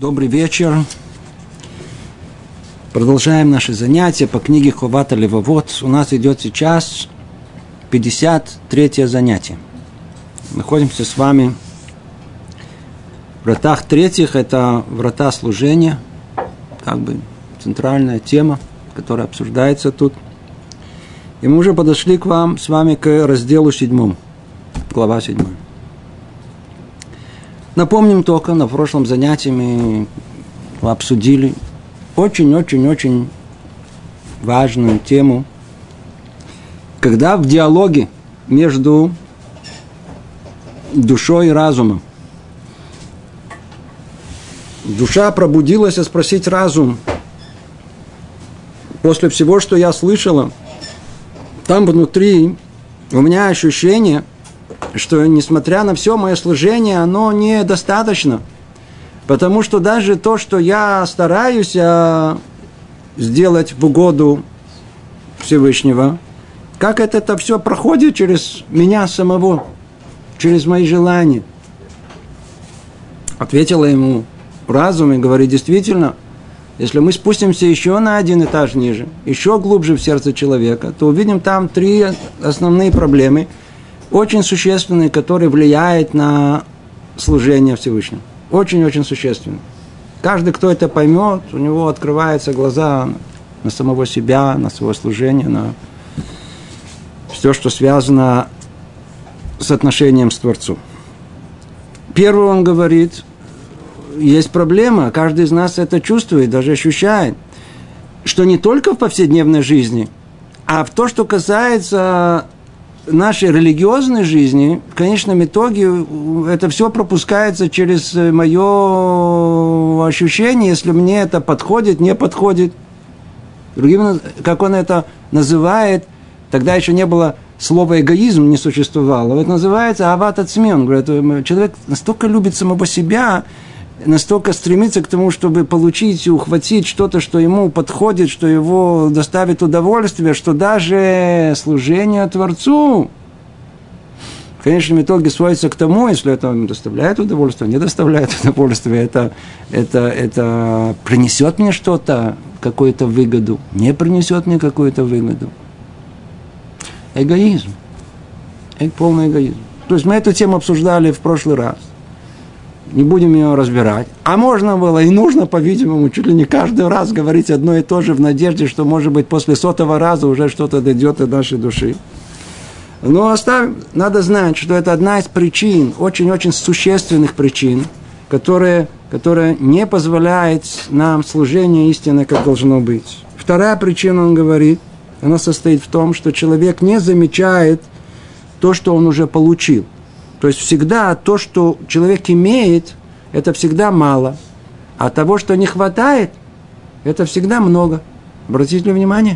Добрый вечер. Продолжаем наши занятия по книге Ховат Левавот. У нас идет сейчас 53-е занятие. Находимся с вами в вратах третьих. Это врата служения. Как бы центральная тема, которая обсуждается тут. И мы уже подошли к вам с вами к разделу 7. Глава 7. Напомним только, на прошлом занятии мы обсудили очень-очень-очень важную тему, когда в диалоге между душой и разумом душа пробудилась спросить разум: после всего, что я слышала, там внутри у меня ощущение, что, несмотря на все мое служение, оно недостаточно. Потому что даже то, что я стараюсь сделать в угоду Всевышнего, как это все проходит через меня самого, через мои желания. Ответила ему разум и говорит: действительно, если мы спустимся еще на один этаж ниже, еще глубже в сердце человека, то увидим там 3 основные проблемы, очень существенные, которые влияют на служение Всевышнему. Очень-очень существенно. Каждый, кто это поймет, у него открываются глаза на самого себя, на свое служение, на все, что связано с отношением с Творцом. Первый он говорит: есть проблема, каждый из нас это чувствует, даже ощущает, что не только в повседневной жизни, а в то, что касается нашей религиозной жизни, в конечном итоге это все пропускается через мое ощущение, если мне это подходит, не подходит. Другим, как он это называет, тогда еще не было слова эгоизм, не существовало. Это называется ават ацми. Он говорит, человек настолько любит самого себя, настолько стремится к тому, чтобы получить и ухватить что-то, что ему подходит, что его доставит удовольствие, что даже служение Творцу в конечном итоге сводится к тому, если это доставляет удовольствие, не доставляет удовольствие, это принесет мне что-то, какую-то выгоду, не принесет мне какую-то выгоду. Эгоизм. Полный эгоизм. То есть мы эту тему обсуждали в прошлый раз. Не будем ее разбирать. А можно было и нужно, по-видимому, чуть ли не каждый раз говорить одно и то же в надежде, что, может быть, после 100-го раза уже что-то дойдет до нашей души. Но оставим. Надо знать, что это одна из причин, очень-очень существенных причин, которая не позволяет нам служение истины, как должно быть. Вторая причина, он говорит, она состоит в том, что человек не замечает то, что он уже получил. То есть всегда то, что человек имеет, это всегда мало. А того, что не хватает, это всегда много. Обратите внимание?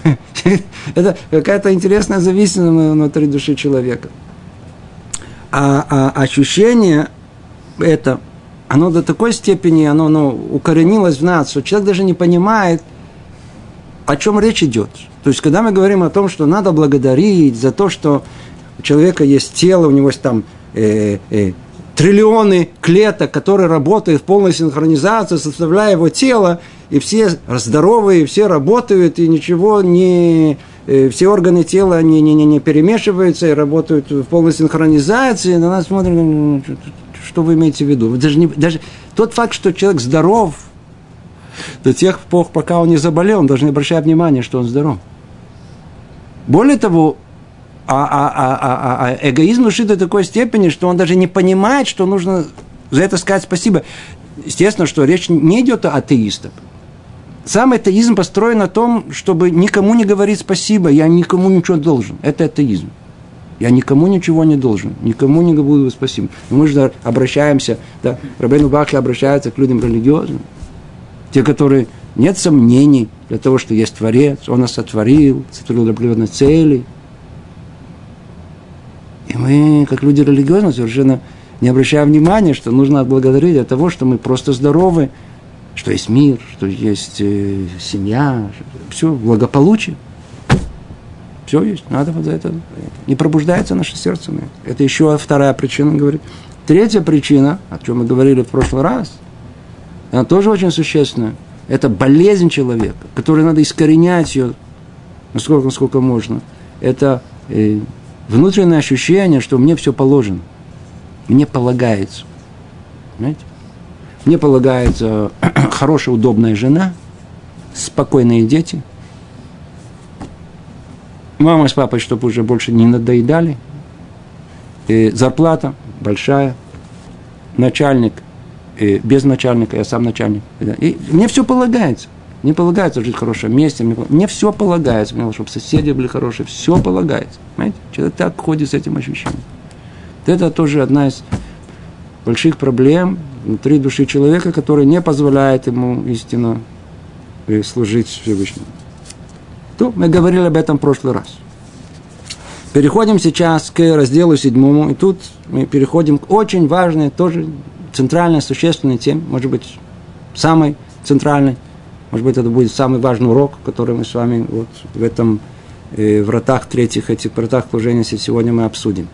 Это какая-то интересная зависимость внутри души человека. А ощущение это, оно до такой степени, оно укоренилось в нас, что человек даже не понимает, о чем речь идет. То есть, когда мы говорим о том, что надо благодарить за то, что у человека есть тело, у него есть там триллионы клеток, которые работают в полной синхронизации, составляя его тело, и все здоровые, все работают, и ничего не... Все органы тела не перемешиваются и работают в полной синхронизации. На нас смотрят, что вы имеете в виду. Даже тот факт, что человек здоров, до тех пор, пока он не заболел, он даже не обращать внимания, что он здоров. Более того, эгоизм души до такой степени, что он даже не понимает, что нужно за это сказать спасибо. Естественно, что речь не идет о атеистах. Сам атеизм построен на том, чтобы никому не говорить спасибо, я никому ничего должен. Это атеизм. Я никому ничего не должен, никому не говорю спасибо. Мы же обращаемся, да, Рабейну Бахья обращается к людям религиозным, те, которые нет сомнений для того, что есть Творец, Он нас сотворил для определенной цели. И мы, как люди религиозные, совершенно не обращаем внимания, что нужно отблагодарить от того, что мы просто здоровы, что есть мир, что есть семья, все, благополучие. Все есть, надо вот за это. Не пробуждается наше сердце. Это еще вторая причина, говорит. Третья причина, о чем мы говорили в прошлый раз, Она тоже очень существенная. Это болезнь человека, которую надо искоренять ее, насколько можно. Это внутреннее ощущение, что мне все положено. Мне полагается. Понимаете? Мне полагается хорошая, удобная жена, спокойные дети, мама с папой, чтобы уже больше не надоедали, и зарплата большая, начальник, и без начальника, я сам начальник. И мне все полагается. Мне полагается жить в хорошем месте, мне все полагается, мне, чтобы соседи были хорошие, все полагается. Понимаете? Человек так ходит с этим ощущением. Это тоже одна из больших проблем внутри души человека, которая не позволяет ему истинно служить Всевышнему. То мы говорили об этом в прошлый раз. Переходим сейчас к разделу 7, и тут мы переходим к очень важной, тоже центральной, существенной теме, может быть, самой центральной, может быть, это будет самый важный урок, который мы с вами вот в этом вратах третьих, этих вратах служения сегодня мы обсудим.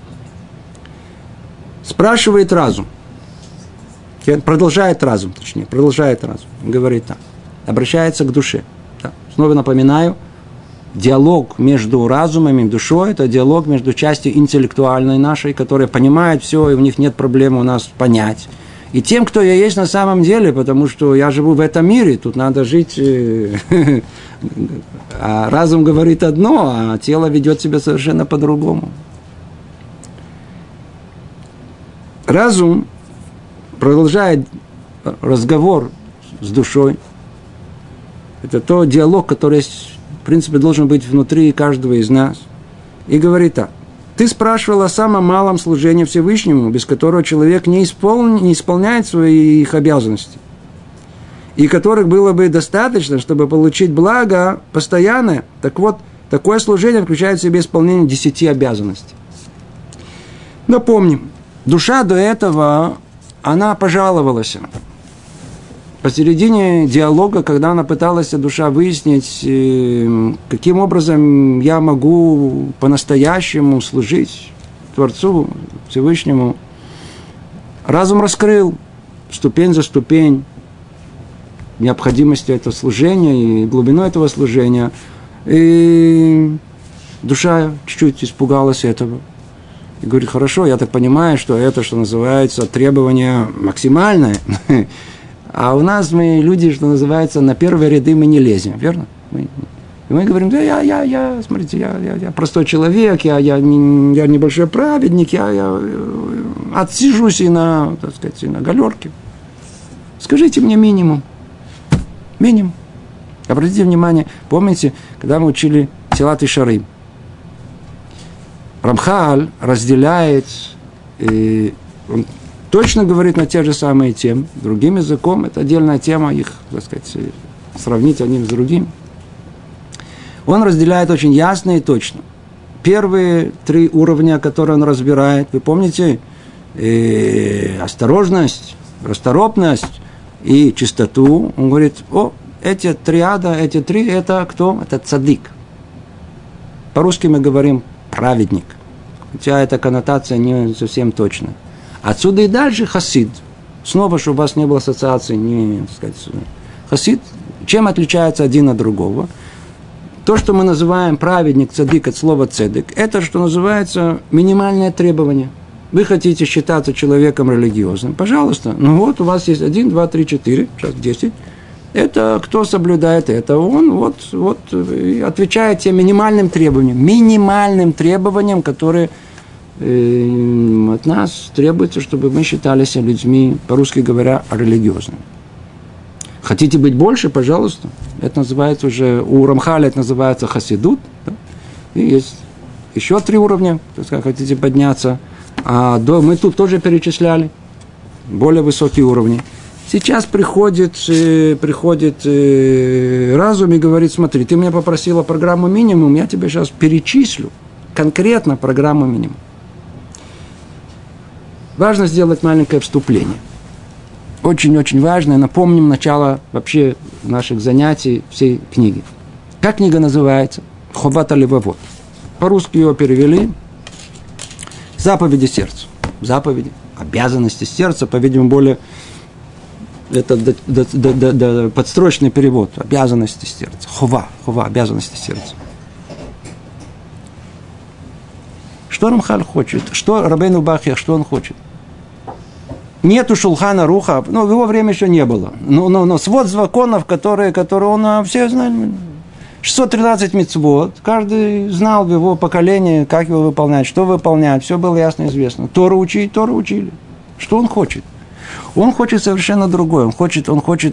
Спрашивает разум, продолжает разум, говорит так, обращается к душе. Да. Снова напоминаю, диалог между разумом и душой – это диалог между частью интеллектуальной нашей, которая понимает все, и у них нет проблем у нас понять, и тем, кто я есть на самом деле, потому что я живу в этом мире, тут надо жить, а разум говорит одно, а тело ведет себя совершенно по-другому. Разум продолжает разговор с душой. Это тот диалог, который, в принципе, должен быть внутри каждого из нас. И говорит так. Ты спрашивал о самом малом служении Всевышнему, без которого человек не исполняет своих обязанностей, и которых было бы достаточно, чтобы получить благо постоянное. Так вот, такое служение включает в себе исполнение 10 обязанностей. Напомним, душа до этого, она пожаловалась. Посередине диалога, когда она пыталась, душа, выяснить, каким образом я могу по-настоящему служить Творцу Всевышнему, разум раскрыл ступень за ступень необходимости этого служения и глубину этого служения. И душа чуть-чуть испугалась этого. И говорит, хорошо, я так понимаю, что это, что называется, требование максимальное. А у нас мы люди, что называется, на первые ряды мы не лезем, верно? И мы говорим, да, смотрите, я простой человек, я небольшой праведник, я отсижусь и на, так сказать, и на галерке. Скажите мне минимум. Минимум. Обратите внимание, помните, когда мы учили Тилат и Шарим, Рамхаль разделяет, он точно говорит на те же самые темы, другим языком, это отдельная тема, их, так сказать, сравнить одним с другим. Он разделяет очень ясно и точно. Первые 3 уровня, которые он разбирает, вы помните, осторожность, расторопность и чистоту. Он говорит, эти 3 ада, эти 3, это кто? Это цадик. По-русски мы говорим праведник. Хотя эта коннотация не совсем точная. Отсюда и дальше хасид. Снова, чтобы у вас не было ассоциации, не, так сказать, хасид. Чем отличается один от другого? То, что мы называем праведник, цадик, от слова цедек, это, что называется, минимальное требование. Вы хотите считаться человеком религиозным, пожалуйста. Ну вот, у вас есть 1, 2, 3, 4, сейчас 10. Это кто соблюдает это? Он вот отвечает тем минимальным требованиям, которые от нас требуется, чтобы мы считались людьми, по-русски говоря, религиозными. Хотите быть больше, пожалуйста. Это называется уже, у Рамхаля это называется хасидут. Да? И есть еще 3 уровня, то есть, как хотите подняться. Мы тут тоже перечисляли более высокие уровни. Сейчас приходит разум и говорит, смотри, ты меня попросила программу минимум, я тебе сейчас перечислю конкретно программу минимум. Важно сделать маленькое вступление. Очень-очень важно. Напомним начало вообще наших занятий всей книги. Как книга называется? Ховат алевавот. По-русски ее перевели. Заповеди сердца. Заповеди, обязанности сердца, по-видимому, более Это подстрочный перевод. Обязанности сердца. Хова, обязанности сердца. Что Рамхаль хочет? Что Рабейну Бахья, что он хочет? Нету Шулхана Руха, в его время еще не было. Но свод законов, которые он все знали. 613 мицвот, каждый знал в его поколении, как его выполнять, что выполнять, все было ясно и известно. Тору учили. Что он хочет? Он хочет совершенно другое. Он хочет,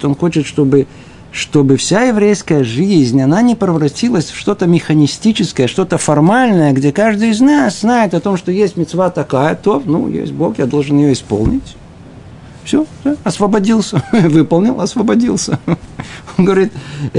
чтобы вся еврейская жизнь, она не превратилась в что-то механистическое, что-то формальное, где каждый из нас знает о том, что есть мицва такая, то, есть Бог, я должен ее исполнить. Все, освободился, выполнил, освободился. Он говорит,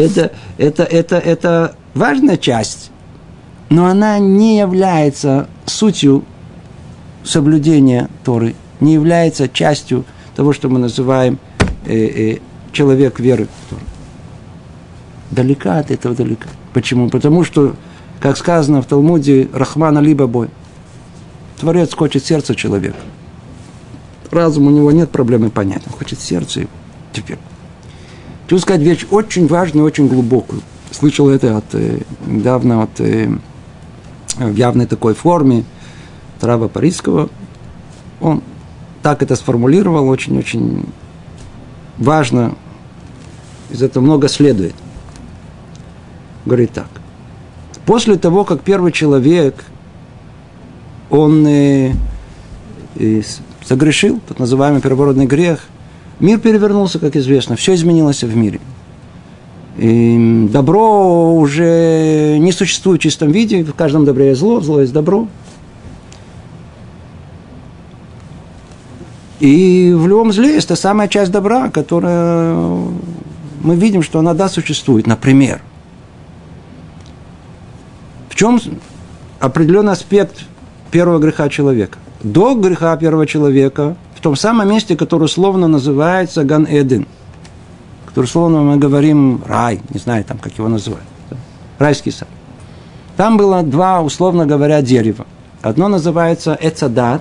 это важная часть, но она не является сутью соблюдения Торы, не является частью того, что мы называем человек веры в Тору. Далека от этого, далека. Почему? Потому что, как сказано в Талмуде, Рахмана либо бой. Творец хочет сердце человека. Разум у него нет проблемы понять. Он хочет сердце его. Теперь. Хочу сказать вещь очень важную, очень глубокую. Слышал это недавно в явной такой форме Раба Парижского. Он так это сформулировал, очень-очень важно. Из этого много следует. Говорит так. После того, как первый человек, он согрешил, тот называемый первородный грех, мир перевернулся, как известно, все изменилось в мире. И добро уже не существует в чистом виде, в каждом добре есть зло, зло есть добро. И в любом зле есть та самая часть добра, которая мы видим, что она, существует. Например, в чем определенный аспект первого греха человека? До греха первого человека, в том самом месте, которое условно называется Ган-Эден, который условно мы говорим рай, не знаю, там, как его называют, райский сад. Там было два, условно говоря, дерева. Одно называется Эцадат,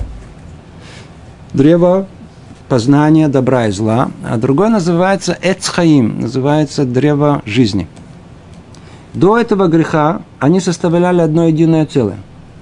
древо познания добра и зла, а другое называется Эцхаим, называется древо жизни. До этого греха они составляли одно единое целое.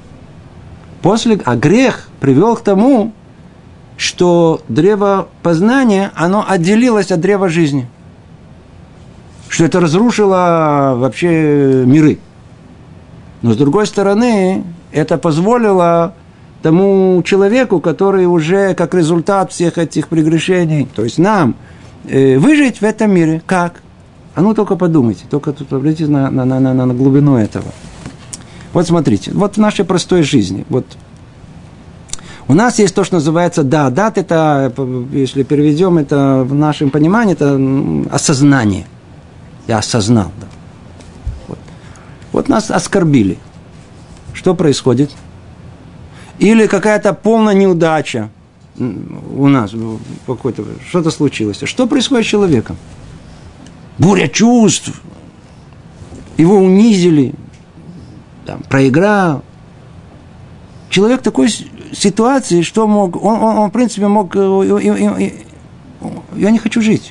А грех привел к тому, что древо познания, оно отделилось от древа жизни. Что это разрушило вообще миры. Но с другой стороны, это позволило тому человеку, который уже как результат всех этих прегрешений, то есть нам, выжить в этом мире. Как? А только подумайте, только тут обратите на глубину этого. Вот смотрите, вот в нашей простой жизни, вот у нас есть то, что называется дат. Дат это, если переведем это в нашем понимании, это осознание. Я осознал. Да. Вот нас оскорбили. Что происходит? Или какая-то полная неудача у нас, что-то случилось. Что происходит с человеком? Буря чувств. Его унизили. Проиграл. Человек в такой ситуации, что мог, он в принципе мог, я не хочу жить.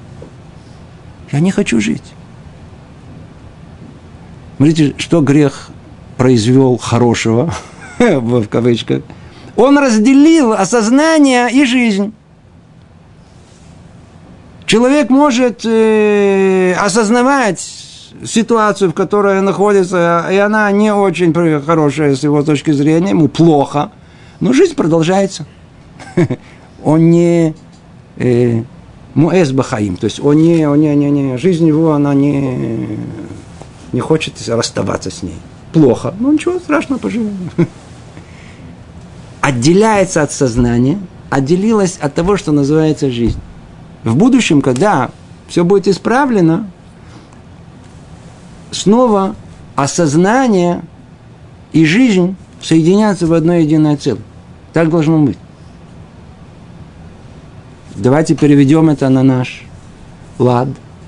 Я не хочу жить. Смотрите, что грех произвел хорошего, в кавычках. Он разделил осознание и жизнь. Человек может осознавать ситуацию, в которой находится, и она не очень хорошая с его точки зрения, ему плохо, но жизнь продолжается. Он не муэс бахаим, то есть он не, жизнь его, она не хочет расставаться с ней. Плохо, ну ничего страшного, поживем. Отделяется от сознания, отделилась от того, что называется жизнь. В будущем, когда все будет исправлено, снова осознание и жизнь соединятся в одно единое целое. Так должно быть. Давайте переведем это на наш лад.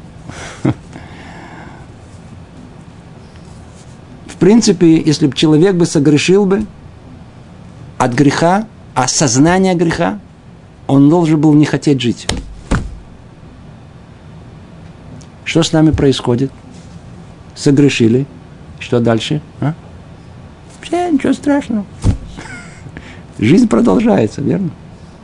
В принципе, если бы человек согрешил бы от греха, осознания греха, он должен был не хотеть жить. Что с нами происходит? Согрешили. Что дальше? Вообще ничего страшного. Жизнь продолжается, верно?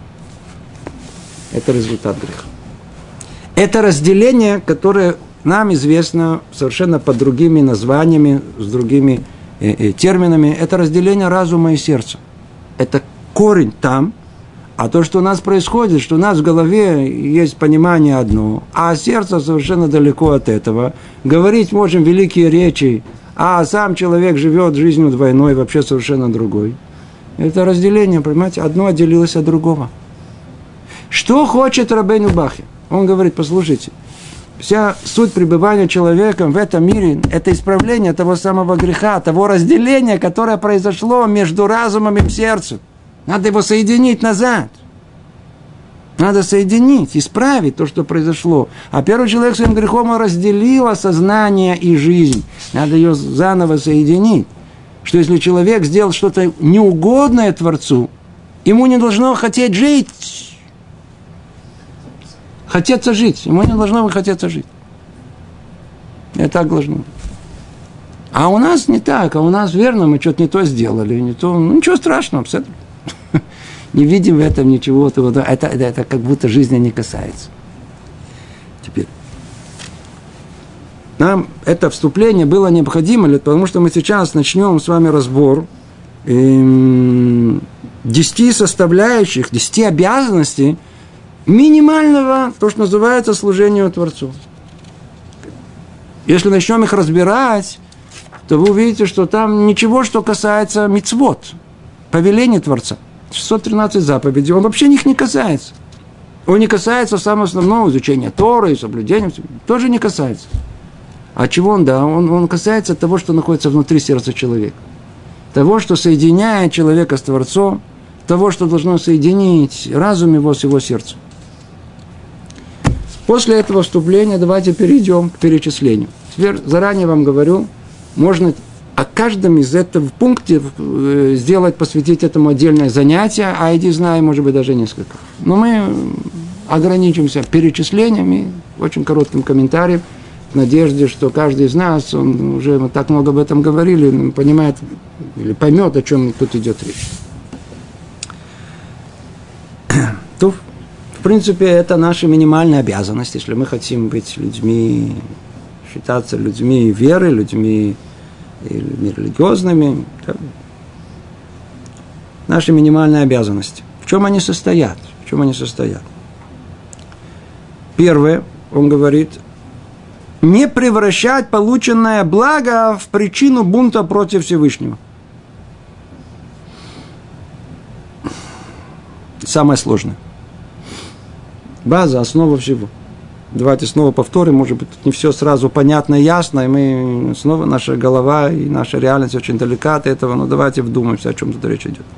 Это результат греха. Это разделение, которое нам известно совершенно под другими названиями, с другими терминами. Это разделение разума и сердца. Это корень там. А то, что у нас происходит, что у нас в голове есть понимание одно, а сердце совершенно далеко от этого. Говорить можем великие речи, а сам человек живет жизнью двойной, вообще совершенно другой. Это разделение, понимаете, одно отделилось от другого. Что хочет Рабейну Бахья? Он говорит, послушайте, вся суть пребывания человека в этом мире – это исправление того самого греха, того разделения, которое произошло между разумом и сердцем. Надо его соединить назад. Надо соединить, исправить то, что произошло. А первый человек своим грехом разделил сознание и жизнь. Надо ее заново соединить. Что если человек сделал что-то неугодное Творцу, ему не должно хотеть жить. Хотеться жить. Ему не должно хотеться жить. И так должно быть. А у нас не так. А у нас, верно, мы что-то не то сделали. Не то. Ну, ничего страшного. Не видим в этом ничего. Это как будто жизни не касается. Теперь. Нам это вступление было необходимо, потому что мы сейчас начнем с вами разбор 10 составляющих, 10 обязанностей минимального, то, что называется, служению Творцу. Если начнем их разбирать, то вы увидите, что там ничего, что касается мицвот, повелений Творца. 613 заповедей, он вообще их не касается. Он не касается самого основного изучения Торы и соблюдения, тоже не касается. А чего он, да? Он касается того, что находится внутри сердца человека. Того, что соединяет человека с Творцом, того, что должно соединить разум его с его сердцем. После этого вступления давайте перейдем к перечислению. Теперь заранее вам говорю, можно о каждом из этого пунктов сделать, посвятить этому отдельное занятие, а иди знай, может быть, даже несколько. Но мы ограничимся перечислениями, очень коротким комментарием, в надежде, что каждый из нас, он уже мы так много об этом говорили, понимает или поймет, о чем тут идет речь. То, в принципе, это наша минимальная обязанность, если мы хотим быть людьми, считаться людьми веры, людьми религиозными. Да. Наши минимальные обязанности. В чем они состоят? В чем они состоят? Первое, он говорит, не превращать полученное благо в причину бунта против Всевышнего. Самое сложное. База, основа всего. Давайте снова повторим, может быть, не все сразу понятно и ясно, и мы снова, наша голова и наша реальность очень далека от этого, но давайте вдумаемся, о чем тут речь идет.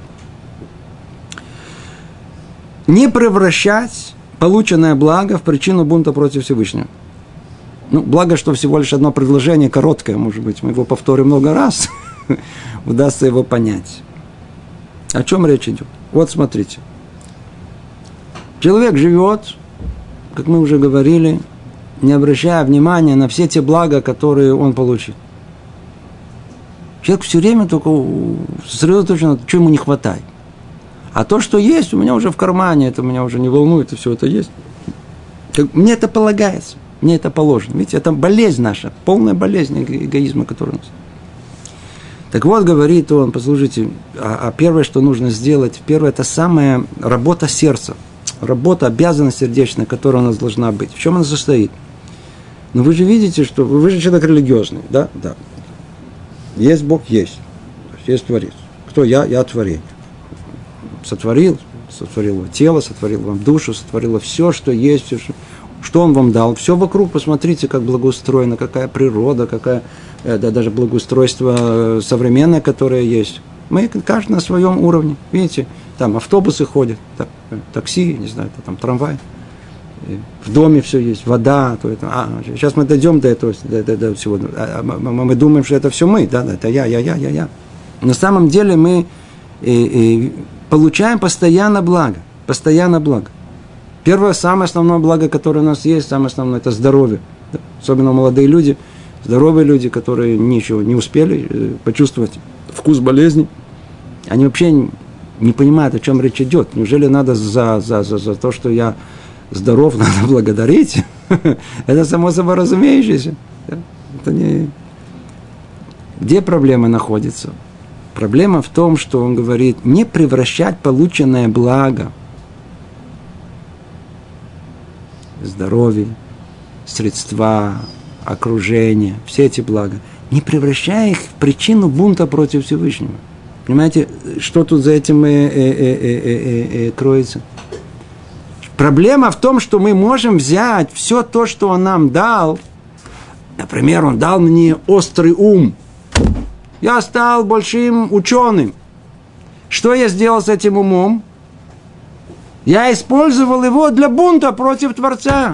Не превращать полученное благо в причину бунта против Всевышнего. Ну, благо, что всего лишь одно предложение, короткое, может быть, мы его повторим много раз, удастся его понять. О чем речь идет? Вот смотрите. Человек живет, как мы уже говорили, не обращая внимания на все те блага, которые он получит. Человек все время только сосредоточен на том, что ему не хватает. А то, что есть, у меня уже в кармане, это меня уже не волнует, и все это есть. Мне это полагается, мне это положено. Видите, это болезнь наша, полная болезнь эгоизма, который у нас. Так вот, говорит он, послушайте, а первое, что нужно сделать, первое, это самая работа сердца. Работа, обязанность сердечная, которая у нас должна быть. В чем она состоит? Ну, вы же видите, что вы же человек религиозный, да? Да. Есть Бог, есть. Есть Творец. Кто я? Я творение. Сотворил его тело, сотворил вам душу, сотворил все, что есть, все, что он вам дал. Все вокруг, посмотрите, как благоустроено, какая природа, какая, даже благоустройство современное, которое есть. Мы каждый на своем уровне. Видите, там автобусы ходят, такси, не знаю, там трамвай. В доме все есть, вода. То это, сейчас мы дойдем до этого, до всего. Мы думаем, что это все мы, да, это я. На самом деле мы получаем постоянно благо. Постоянно благо. Первое, самое основное благо, которое у нас есть, самое основное, это здоровье. Да? Особенно молодые люди, здоровые люди, которые ничего не успели почувствовать вкус болезни. Они вообще не понимают, о чем речь идет. Неужели надо за то, что я здоров, надо благодарить? Это само собой разумеющееся. Это не... Где проблема находится? Проблема в том, что он говорит, не превращать полученное благо, здоровье, средства, окружение, все эти блага, не превращая их в причину бунта против Всевышнего. Понимаете, что тут за этим кроется? Проблема в том, что мы можем взять все то, что он нам дал. Например, он дал мне острый ум. Я стал большим ученым. Что я сделал с этим умом? Я использовал его для бунта против Творца.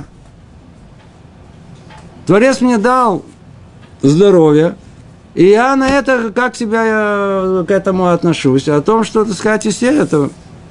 Творец мне дал здоровье, и я на это, как себя к этому отношусь, о том, что, так сказать, естественно, это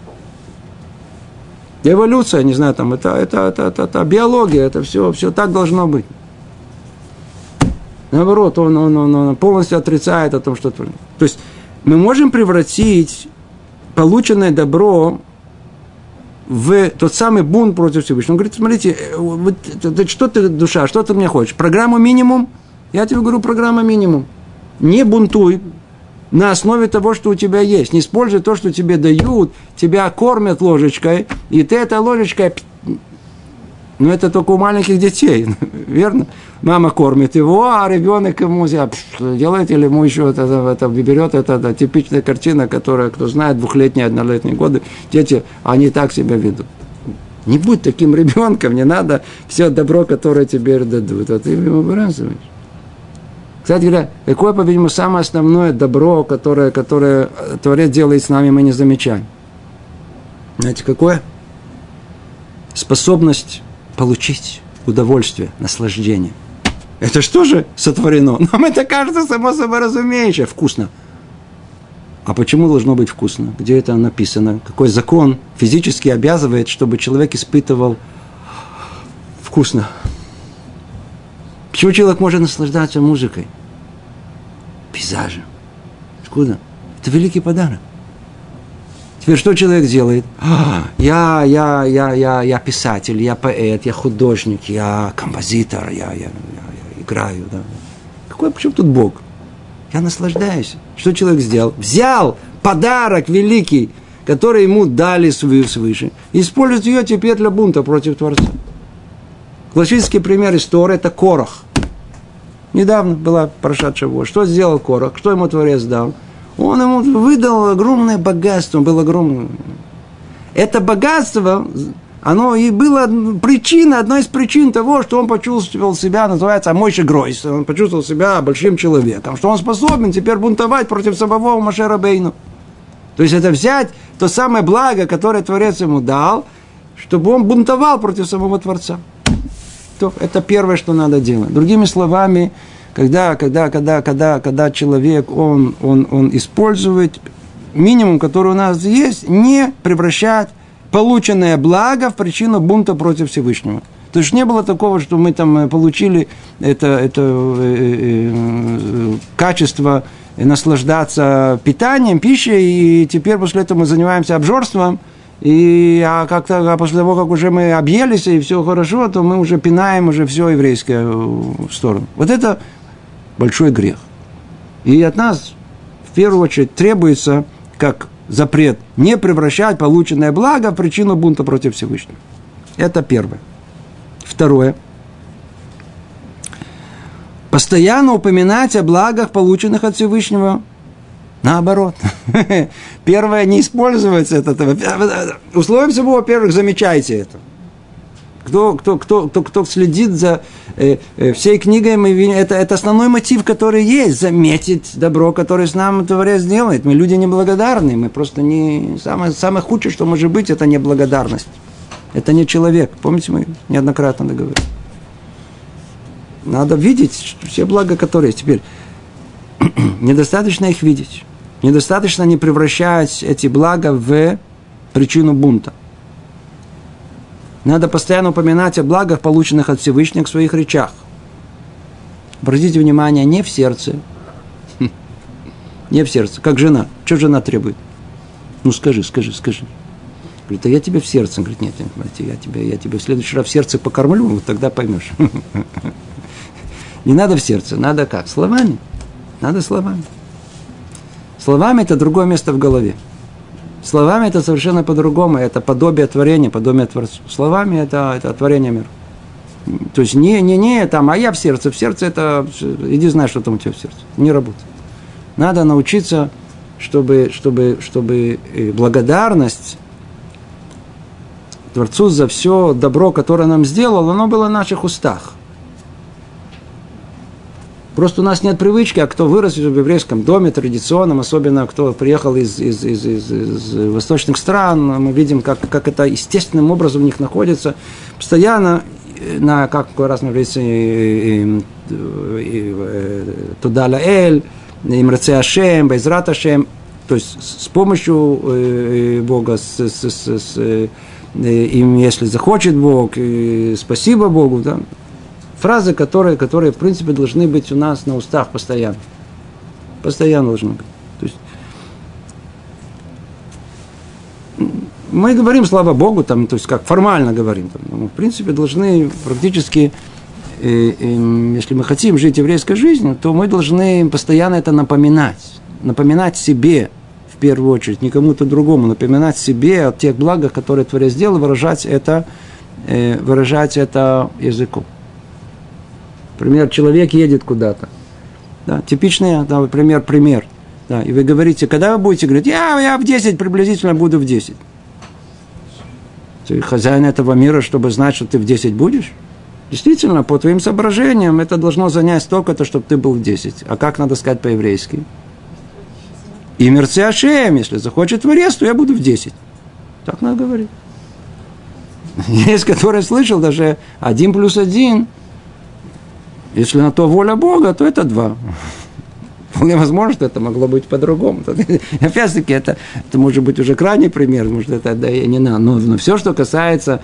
эволюция, не знаю, там, это биология, это все так должно быть. Наоборот, он полностью отрицает о том, что... То есть, мы можем превратить полученное добро в тот самый бунт против Всевышнего. Он говорит, смотрите, что ты, душа, что ты мне хочешь? Программу минимум? Я тебе говорю, программа минимум. Не бунтуй на основе того, что у тебя есть. Не используй то, что тебе дают, тебя кормят ложечкой, и ты этой ложечкой... Ну, это только у маленьких детей, верно? Мама кормит его, а ребенок ему делает, или ему еще это берет. Это типичная картина, которая, кто знает, 2-летние, 1-летние годы, дети, они так себя ведут. Не будь таким ребенком, не надо все добро, которое тебе дадут, а ты его выбрасываешь. Кстати говоря, какое, по-видимому, самое основное добро, которое Творец делает с нами, мы не замечаем? Знаете, какое? Способность получить удовольствие, наслаждение. Это что же сотворено? Нам это кажется само собой разумеющее. Вкусно. А почему должно быть вкусно? Где это написано? Какой закон физически обязывает, чтобы человек испытывал вкусно? Почему человек может наслаждаться музыкой, пейзажем? Откуда? Это великий подарок. Теперь что человек делает? Я писатель, я поэт, я художник, я композитор, я играю. Да. Почему тут Бог? Я наслаждаюсь. Что человек сделал? Взял подарок великий, который ему дали свыше, и использует ее теперь для бунта против Творца. Классический пример истории – это Корах. Недавно была парашат Шавуа. Что сделал Корах? Что ему Творец дал? Он ему выдал огромное богатство, он был огромным. Это богатство, оно и было причиной, одной из причин того, что он почувствовал себя, называется Мойше Гройс, он почувствовал себя большим человеком, что он способен теперь бунтовать против самого Моше Рабейну. То есть это взять то самое благо, которое Творец ему дал, чтобы он бунтовал против самого Творца. То это первое, что надо делать. Другими словами, когда человек, он использует минимум, который у нас есть, не превращать полученное благо в причину бунта против Всевышнего. То есть не было такого, что мы там получили это качество наслаждаться питанием, пищей, и теперь после этого мы занимаемся обжорством, а после того, как уже мы объелись и все хорошо, то мы уже пинаем уже все еврейское в сторону. Вот это большой грех. И от нас, в первую очередь, требуется, как запрет, не превращать полученное благо в причину бунта против Всевышнего. Это первое. Второе. Постоянно упоминать о благах, полученных от Всевышнего. Наоборот. Первое, не использовать это. Условием всего, во-первых, замечайте это. Кто следит за всей книгой, это основной мотив, который есть, заметить добро, которое с нами Творец делает. Мы люди неблагодарные, мы просто не... Самое худшее, что может быть, это неблагодарность. Это не человек. Помните, мы неоднократно договорились. Надо видеть все блага, которые есть. Теперь, недостаточно их видеть. Недостаточно не превращать эти блага в причину бунта. Надо постоянно упоминать о благах, полученных от Всевышнего в своих речах. Обратите внимание, не в сердце. Не в сердце, как жена. Что жена требует? Ну, скажи. Говорит, а я тебе в сердце. Говорит, нет, я тебе в следующий раз в сердце покормлю, вот тогда поймешь. Не надо в сердце, надо как? Словами. Надо словами. Словами – это другое место в голове. Словами – это совершенно по-другому. Это подобие творения, подобие Творцу. Словами – это творение мира. То есть не там, а я в сердце. В сердце это… Иди знай, что там у тебя в сердце. Не работает. Надо научиться, чтобы благодарность Творцу за все добро, которое нам сделал, оно было в наших устах. Просто у нас нет привычки, а кто вырос в еврейском доме традиционном, особенно кто приехал из восточных стран, мы видим, как это естественным образом у них находится. Постоянно, как раз мы говорим, Туда лаэль, Имраце Ашем, Байзрат Ашем, то есть с помощью Бога, им, если захочет Бог, спасибо Богу, да. Фразы, которые, в принципе, должны быть у нас на устах постоянно. Постоянно должны быть. То есть, мы говорим, слава Богу, там, то есть, как формально говорим. Там, в принципе, должны практически, если мы хотим жить еврейской жизнью, то мы должны постоянно это напоминать. Напоминать себе, в первую очередь, не кому-то другому. Напоминать себе о тех благах, которые Творец сделал, выражать это языком. Например, человек едет куда-то. Да, типичный, да, пример. Да, и вы говорите, когда вы будете говорить, я в 10 приблизительно буду в 10. Ты хозяин этого мира, чтобы знать, что ты в 10 будешь? Действительно, по твоим соображениям, это должно занять столько-то, чтобы ты был в 10. А как надо сказать по-еврейски? Имраце Ашем, если захочет Творец, то я буду в 10. Так надо говорить. Есть, который слышал даже 1 плюс 1. Если на то воля Бога, то это 2. Вполне возможно, что это могло быть по-другому. Опять-таки, это может быть уже крайний пример, может, это да, не надо. Но все, что касается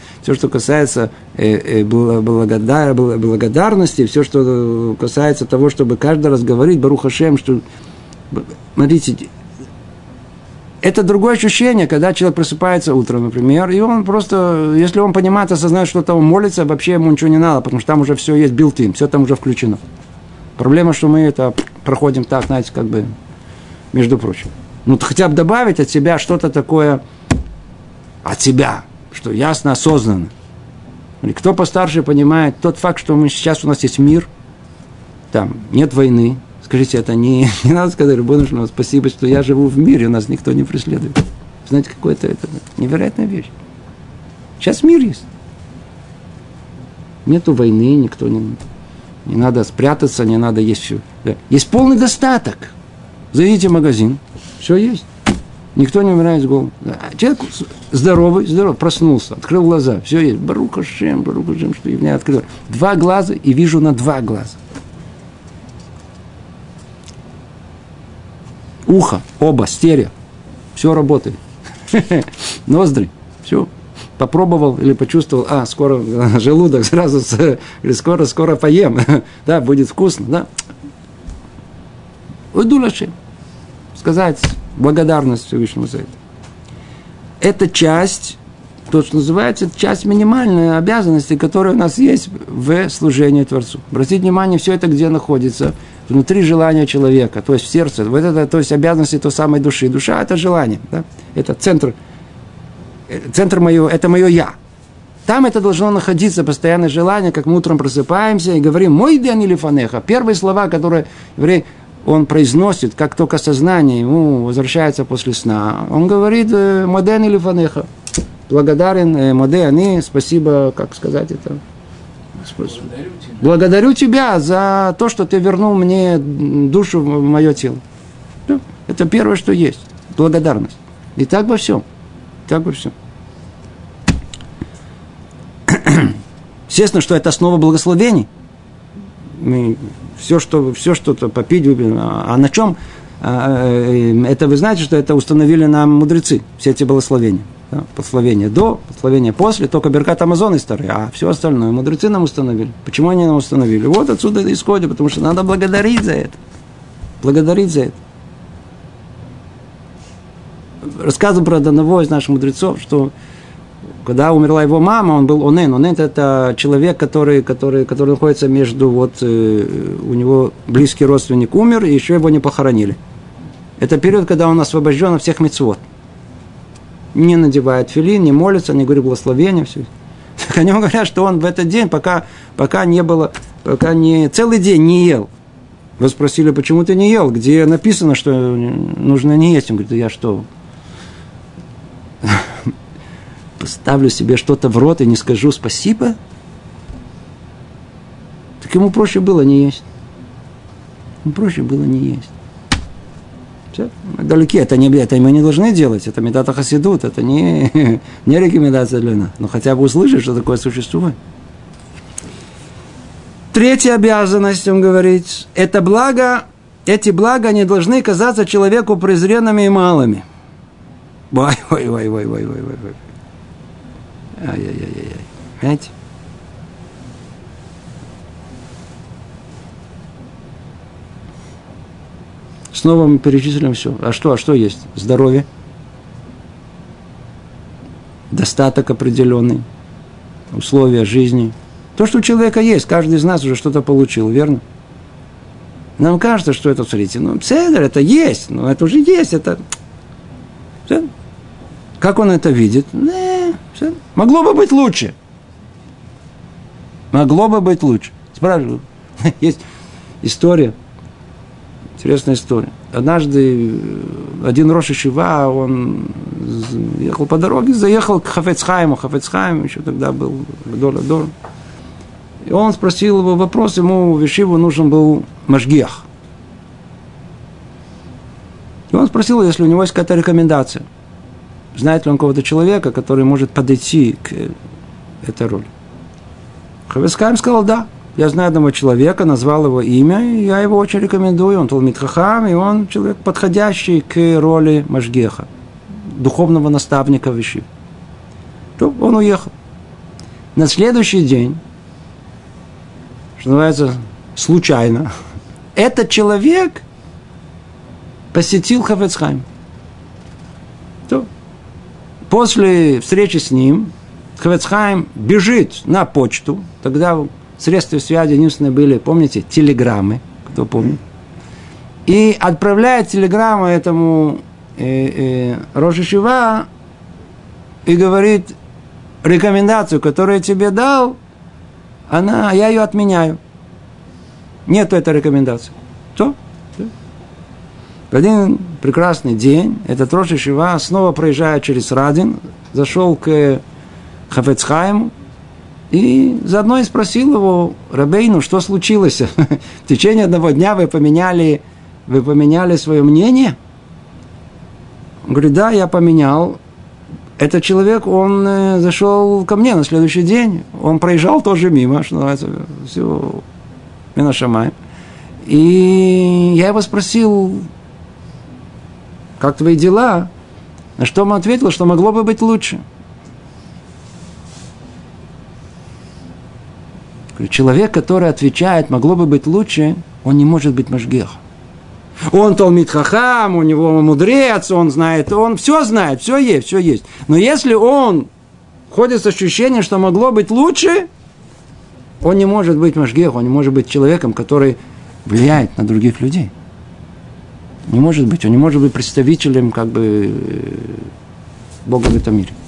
благодарности, все, что касается того, чтобы каждый раз говорить Барух Ашем, что, смотрите, это другое ощущение, когда человек просыпается утром, например, и он просто, если он понимает, осознает, что там молится, вообще ему ничего не надо, потому что там уже все есть built-in, все там уже включено. Проблема, что мы это проходим так, знаете, как бы, между прочим. Ну, хотя бы добавить от себя что-то такое, от себя, что ясно, осознанно. Или кто постарше понимает тот факт, что сейчас у нас есть мир, там нет войны. Скажите, это не надо сказать, Рабону, спасибо, что я живу в мире, нас никто не преследует. Знаете, какое-то это невероятная вещь. Сейчас мир есть. Нету войны, никто не надо спрятаться, не надо есть все. Да. Есть полный достаток. Зайдите в магазин, все есть. Никто не умирает с голоду. Человек здоровый, проснулся, открыл глаза, все есть. Барух Ашем, что я открыл. 2 глаза и вижу на 2 глаза. Ухо, оба, стерео. Все работает. Ноздри, все. Попробовал или почувствовал, скоро желудок сразу, скоро поем. Да, будет вкусно, да. Уйду лучше. Сказать благодарность Всевышнему за это. Это часть, то, что называется, часть минимальной обязанности, которая у нас есть в служении Творцу. Обратите внимание, все это где находится? Внутри желания человека, то есть в сердце. Вот это, то есть обязанности той самой души. Душа – это желание. Да? Это центр мое, это мое «я». Там это должно находиться, постоянное желание, как мы утром просыпаемся и говорим «Мой день или фанеха». Первые слова, которые еврей, он произносит, как только сознание ему возвращается после сна, он говорит «Мой день или фанеха». Благодарен, моде, они, спасибо, как сказать это? Благодарю тебя за то, что ты вернул мне душу в мое тело. Это первое, что есть. Благодарность. И так во всем. Так во всем. Естественно, что это основа благословений. Все, что-то попить, а на чем? Это вы знаете, что это установили нам мудрецы, все эти благословения. Да? Благословение до, благословение после, только Беркат Амазон из Торы, а все остальное мудрецы нам установили. Почему они нам установили? Вот отсюда это исходит, потому что надо благодарить за это. Благодарить за это. Рассказываю про одного из наших мудрецов, что когда умерла его мама, он был онен. Онен – это человек, который находится между, вот, у него близкий родственник умер, и еще его не похоронили. Это период, когда он освобожден от всех мицвот. Не надевает тфилин, не молится, не говорит благословения, все. Так о нем говорят, что он в этот день, пока целый день не ел. Вы спросили, почему ты не ел? Где написано, что нужно не есть? Он говорит, я что, поставлю себе что-то в рот и не скажу спасибо? Так ему проще было не есть. Ему проще было не есть. Все. Далеки, это мы не должны делать. Это медата хасидут, это не рекомендация для нас. Но хотя бы услышать, что такое существует. Третья обязанность, он говорит, это благо, эти блага не должны казаться человеку презренными и малыми. Ой. Ай-яй-яй-яй. Понимаете? Снова мы перечислим все. А что есть? Здоровье. Достаток определенный. Условия жизни. То, что у человека есть. Каждый из нас уже что-то получил, верно? Нам кажется, что это, смотрите, цедр, это есть. Но это уже есть. Это... Как он это видит? Могло бы быть лучше. Могло бы быть лучше. Спрашиваю. Есть история. Интересная история. Однажды один рош йешива, он ехал по дороге, заехал к Хафец Хаиму. Хафец Хаим еще тогда был Гдоль. И он спросил его вопрос, ему в йешиву нужен был машгиах. И он спросил, если у него есть какая-то рекомендация. Знает ли он кого-то человека, который может подойти к этой роли? Хафец Хаим сказал, да. Я знаю одного человека, назвал его имя, и я его очень рекомендую. Он Талмид Хахам, и он человек, подходящий к роли машгеха, духовного наставника в йешиве. То он уехал. На следующий день, что называется, случайно, этот человек посетил Хафец Хаим. После встречи с ним Хафец Хаим бежит на почту. Тогда средства связи единственные были, помните, телеграммы, кто помнит. И отправляет телеграмму этому рош йешива и говорит, рекомендацию, которую я тебе дал, я ее отменяю. Нету этой рекомендации. Что? В один прекрасный день этот рош йешива снова проезжая через Радин, зашел к Хафец Хаиму и заодно и спросил его, Рабейну, что случилось? В течение одного дня вы поменяли свое мнение? Он говорит, да, я поменял. Этот человек, он зашел ко мне на следующий день. Он проезжал тоже мимо, что называется, все мина шамай. И я его спросил, как твои дела? На что он ответил, что могло бы быть лучше. Человек, который отвечает, могло бы быть лучше, он не может быть машгех. Он Талмид Хахам, у него мудрец, он знает, он все знает, все есть. Но если он ходит с ощущением, что могло быть лучше, он не может быть машгех, он не может быть человеком, который влияет на других людей. Не может быть, он не может быть представителем как бы Бога в этом мире.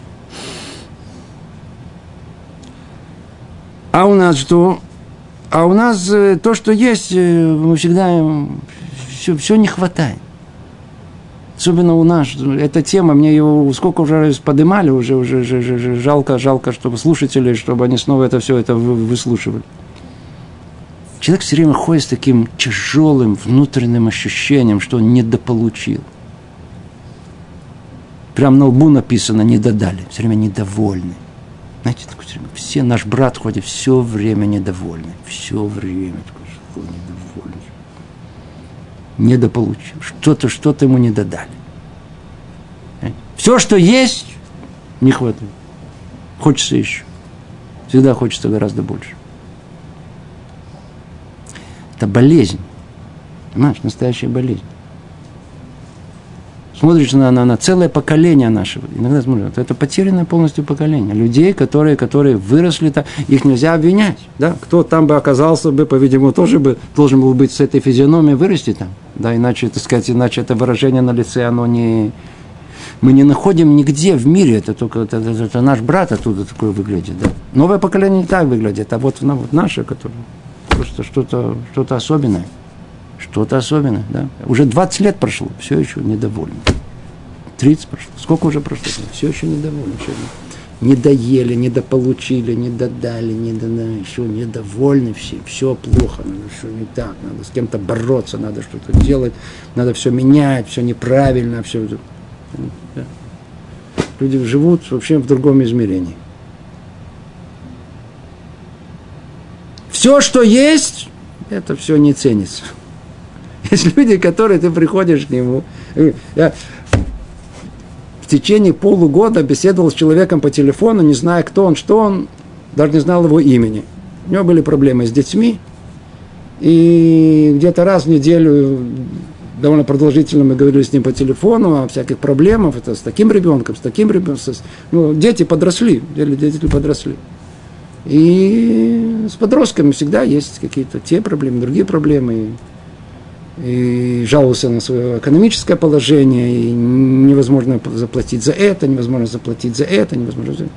А у нас что? А у нас то, что есть, мы всегда все не хватает. Особенно у нас. Эта тема, мне его сколько уже поднимали, уже жалко, чтобы слушатели, чтобы они снова все это выслушивали. Человек все время ходит с таким тяжелым внутренним ощущением, что он недополучил. Прям на лбу написано «не додали». Все время недовольны. Знаете, такое все время. Все, наш брат ходит все время недовольны. Все время такой недовольный. Недополучил. Что-то ему не додали. Все, что есть, Не хватает. Хочется еще. Всегда хочется гораздо больше. Это болезнь. Понимаешь, настоящая болезнь. Смотришь на целое поколение нашего. Иногда смотришь, это потерянное полностью поколение. Людей, которые выросли, их нельзя обвинять. Да? Кто там бы оказался бы, по-видимому, тоже бы должен был быть с этой физиономией вырасти там. Да? Иначе это выражение на лице, оно не... Мы не находим нигде в мире, это наш брат оттуда такое выглядит. Да? Новое поколение не так выглядит, а вот наше, которое просто что-то особенное. Что-то особенное, да? Уже 20 лет прошло, все еще недовольны. 30 прошло. Сколько уже прошло? Все еще недовольны. Не доели, не дополучили, не додали, еще недовольны все плохо, надо все не так, надо с кем-то бороться, надо что-то делать, надо все менять, все неправильно, все. Да. Люди живут вообще в другом измерении. Все, что есть, это все не ценится. Есть люди, которые ты приходишь к нему. Я в течение полугода беседовал с человеком по телефону, не зная, кто он, что он, даже не знал его имени. У него были проблемы с детьми. И где-то раз в неделю довольно продолжительно мы говорили с ним по телефону о всяких проблемах. Это с таким ребенком, с таким ребенком. Дети подросли. Дети подросли. И с подростками всегда есть какие-то те проблемы, другие проблемы. И жаловался на свое экономическое положение, и невозможно заплатить за это, невозможно заплатить за это, невозможно за это.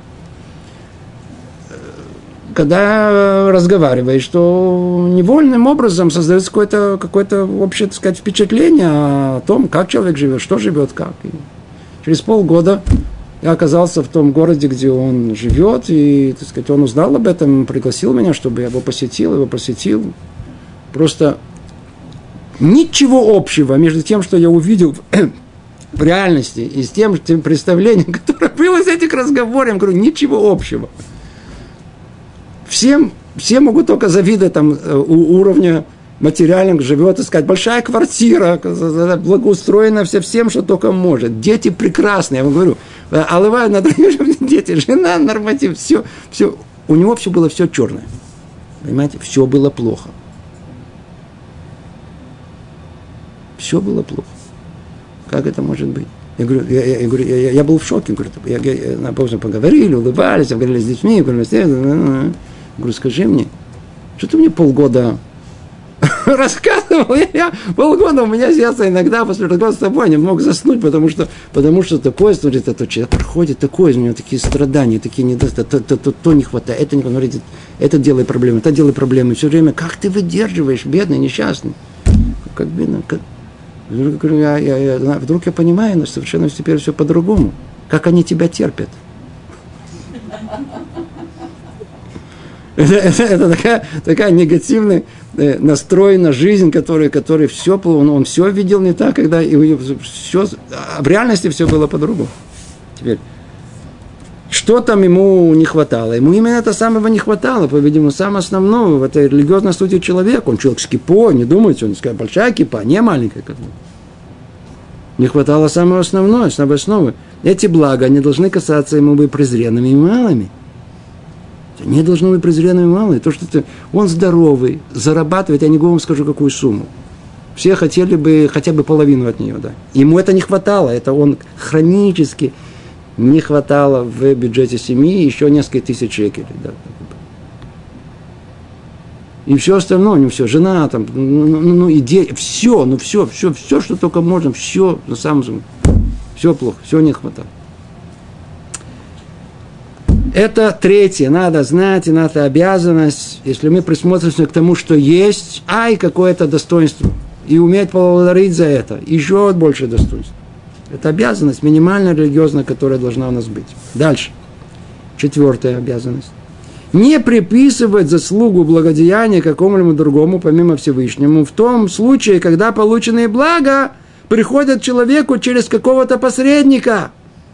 Когда разговариваешь, то невольным образом создается какое-то общее, так сказать, впечатление о том, как человек живет, что живет, как. И через полгода я оказался в том городе, где он живет, и, так сказать, он узнал об этом, пригласил меня, чтобы я его посетил. Просто ничего общего между тем, что я увидел в реальности, и с тем представлением, которое было с этих разговоров, я говорю, ничего общего. Все могут только завидовать там, уровня материальных, живет, так сказать, большая квартира, благоустроена всем, что только может. Дети прекрасные, я вам говорю, алывают на других дети, жена, норматив, все. У него все было все черное. Понимаете, все было плохо. Все было плохо. Как это может быть? Я говорю, я был в шоке. Я помню, поговорили, улыбались, говорили с детьми. Говорю, скажи мне, что ты мне полгода рассказывал? Полгода у меня сердце иногда после разговора с тобой не мог заснуть, потому что такое, смотрит, это человек проходит, такое, у него такие страдания, такие недостатки, то не хватает, это не хватает, это делает проблемы, это делает проблемы. Все время, как ты выдерживаешь, бедный, несчастный? Как бедный, как... Вдруг я понимаю, что совершенно теперь все по-другому. Как они тебя терпят. Это такая негативный настрой на жизнь, который все, он все видел не так, когда все, в реальности все было по-другому. Теперь, что там ему не хватало? Ему именно это самого не хватало, по-видимому, самое основное в этой религиозной сути человека. Он человек с кипой, не думайте, он сказал, большая кипа, не маленькая. Не хватало самого основного, самой основы. Эти блага, они должны касаться ему быть презренными и малыми. Не должны быть презренными и малыми. То, что он здоровый, зарабатывает, я не вам скажу, какую сумму. Все хотели бы хотя бы половину от нее, да. Ему это не хватало, это он хронически не хватало в бюджете семьи еще несколько тысяч шекелей. Да. И все остальное, у него все, жена, там, и дети, все, что только можно, все, на самом деле, все плохо, все не хватало. Это третье, надо знать, и надо обязанность, если мы присмотримся к тому, что есть, какое-то достоинство, и уметь поблагодарить за это, еще больше достоинства. Это обязанность, минимальная религиозная, которая должна у нас быть. Дальше. Четвертая обязанность. Не приписывать заслугу благодеяния какому-либо другому, помимо Всевышнему, в том случае, когда полученные блага приходят человеку через какого-то посредника.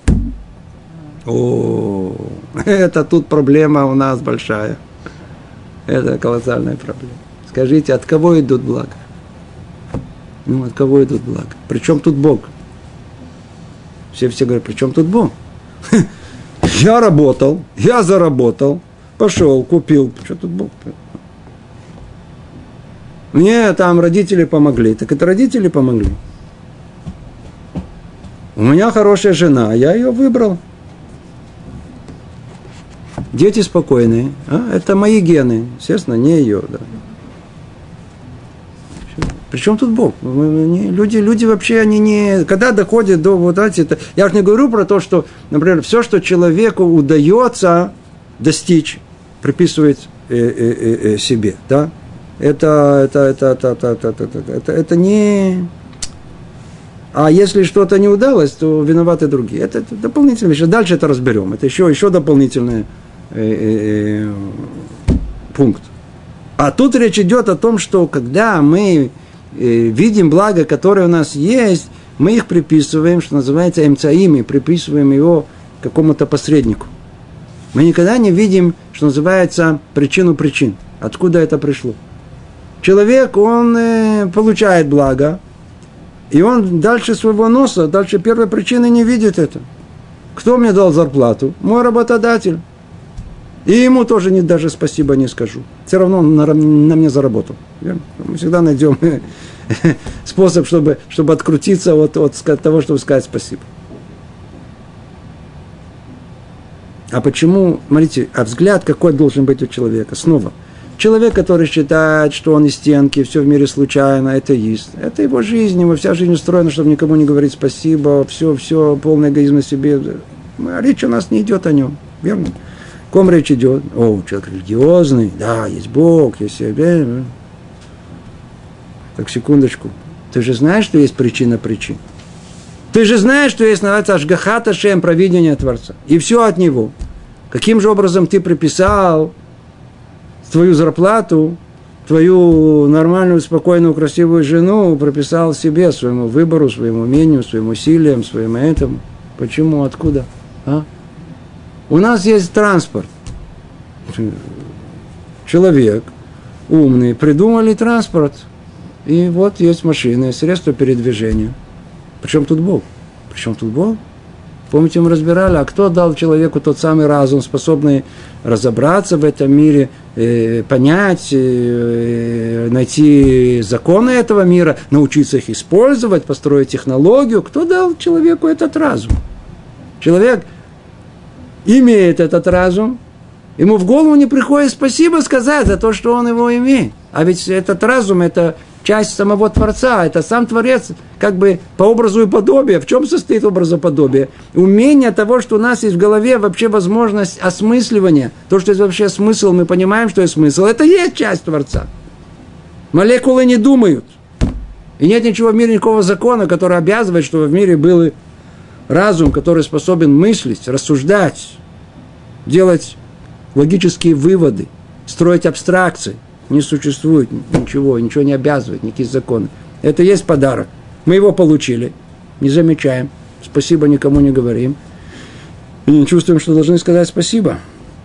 Это тут проблема у нас большая. Это колоссальная проблема. Скажите, от кого идут блага? От кого идут блага? Причем тут Бог? Все говорят, при чем тут Бог? Я работал, я заработал, пошел, купил. Что тут Бог? Мне там родители помогли. Так это родители помогли. У меня хорошая жена, я ее выбрал. Дети спокойные. Это мои гены. Естественно, не ее. Да. Причем тут Бог? Люди вообще, они не... Когда доходят до вот это... Я же не говорю про то, что, например, все, что человеку удается достичь, приписывает себе. Да? Это не... А если что-то не удалось, то виноваты другие. Это дополнительная вещь. Дальше это разберем. Это еще дополнительный пункт. А тут речь идет о том, что когда мы видим благо, которое у нас есть, мы их приписываем, что называется эмцаими, приписываем его какому-то посреднику. Мы никогда не видим, что называется, причину причин. Откуда это пришло? Человек, он получает благо, и он дальше своего носа, дальше первой причины не видит это. Кто мне дал зарплату? Мой работодатель. И ему тоже даже спасибо не скажу. Все равно он на мне заработал. Верно? Мы всегда найдем способ, чтобы открутиться от того, чтобы сказать спасибо. А почему, смотрите, а взгляд какой должен быть у человека? Снова. Человек, который считает, что он из стенки, все в мире случайно, атеист. Это его жизнь, его вся жизнь устроена, чтобы никому не говорить спасибо, все, полный эгоизм на себе. Речь у нас не идет о нем, верно? О ком речь идет? Человек религиозный, да, есть Бог, есть себе. Так, секундочку. Ты же знаешь, что есть причина причин? Ты же знаешь, что есть, называется, Ашгахат Ашем, провидение Творца. И все от Него. Каким же образом ты приписал твою зарплату, твою нормальную, спокойную, красивую жену, прописал себе, своему выбору, своему умению, своим усилиям, своему этому? Почему? Откуда? У нас есть транспорт. Человек умный, придумали транспорт. И вот есть машины, средства передвижения. Причем тут Бог? Причем тут Бог? Помните, мы разбирали, а кто дал человеку тот самый разум, способный разобраться в этом мире, понять, найти законы этого мира, научиться их использовать, построить технологию? Кто дал человеку этот разум? Человек имеет этот разум, ему в голову не приходит спасибо сказать за то, что он его имеет. А ведь этот разум – это часть самого Творца, это сам Творец, как бы по образу и подобию. В чем состоит образоподобие? Умение того, что у нас есть в голове вообще возможность осмысливания. То, что есть вообще смысл, мы понимаем, что есть смысл. Это и есть часть Творца. Молекулы не думают. И нет ничего в мире, никакого закона, который обязывает, чтобы в мире был разум, который способен мыслить, рассуждать, делать логические выводы, строить абстракции. Не существует ничего не обязывает, никакие законы. Это есть подарок. Мы его получили, не замечаем, спасибо никому не говорим. И не чувствуем, что должны сказать спасибо.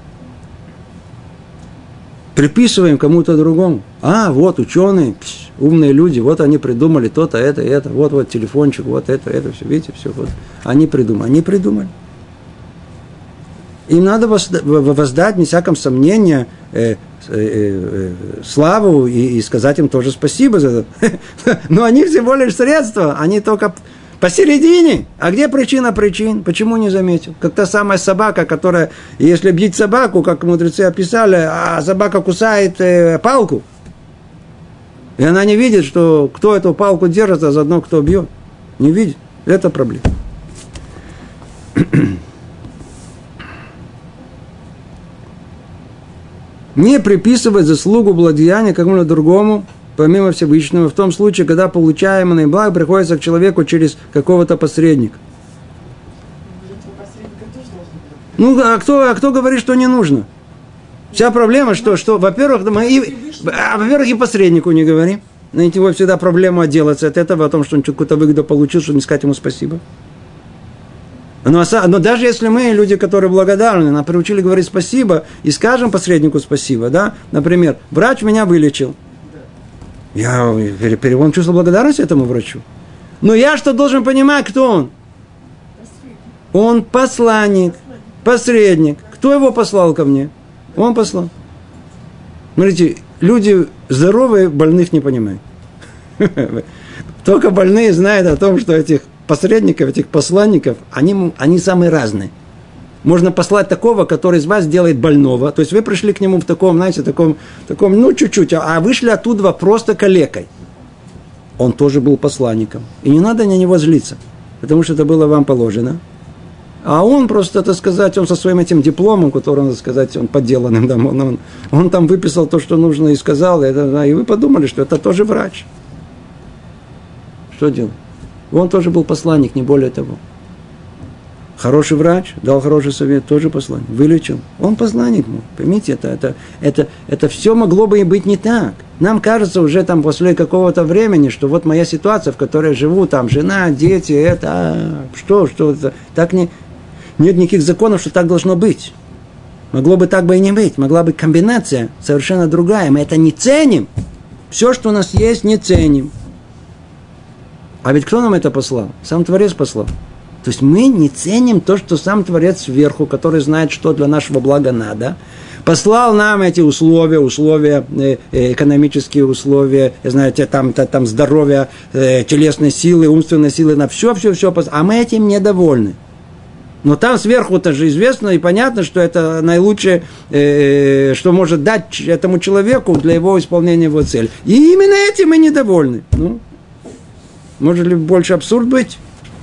Приписываем кому-то другому. Вот ученые, умные люди, вот они придумали то-то, это, вот телефончик, вот это, все, видите, все, вот. Они придумали. Им надо воздать, не всяком сомнении, славу и сказать им тоже спасибо за это. Но они всего лишь средства, они только посередине. А где причина причин? Почему не заметил? Как та самая собака, которая, если бить собаку, как мудрецы описали, а собака кусает палку, и она не видит, что кто эту палку держит, а заодно кто бьет. Не видит. Это проблема. Не приписывать заслугу благодеяния какому-то другому, помимо Всевышнего, в том случае, когда получаемое благо приходится к человеку через какого-то посредника. А кто говорит, что не нужно? Вся проблема, что во-первых, во-первых, и посреднику не говорим. Найти его всегда проблему отделаться от этого, о том, что он какую-то выгоду получил, чтобы не сказать ему спасибо. Но даже если мы, люди, которые благодарны, нам приучили говорить спасибо, и скажем посреднику спасибо, да, например, врач меня вылечил. Я перевожу чувство благодарности этому врачу. Но я что должен понимать, кто он? Он посланник. посредник. Кто его послал ко мне? Он послал. Смотрите, люди здоровые, больных не понимают. Только больные знают о том, что этих посредников, этих посланников, они самые разные. Можно послать такого, который из вас делает больного. То есть вы пришли к нему в таком, знаете, таком, ну, чуть-чуть, а вышли оттуда просто калекой. Он тоже был посланником. И не надо на него злиться, потому что это было вам положено. А он просто, так сказать, он со своим этим дипломом, который, так сказать, он подделанным, да, он там выписал то, что нужно, и сказал, и вы подумали, что это тоже врач. Что делать? Он тоже был посланник, не более того. Хороший врач, дал хороший совет, тоже посланник, вылечил. Он посланник мой. Поймите, это все могло бы и быть не так. Нам кажется уже там после какого-то времени, что вот моя ситуация, в которой я живу, там жена, дети, что это, так нет никаких законов, что так должно быть. Могло бы так бы и не быть. Могла быть комбинация совершенно другая. Мы это не ценим. Все, что у нас есть, не ценим. А ведь кто нам это послал? Сам Творец послал. То есть мы не ценим то, что сам Творец сверху, который знает, что для нашего блага надо, послал нам эти условия, экономические условия, знаете, там здоровье, телесной силы, умственной силы, на все, а мы этим недовольны. Но там сверху-то же известно и понятно, что это наилучшее, что может дать этому человеку для его исполнения его цели. И именно этим мы недовольны. Ну, может ли больше абсурд быть?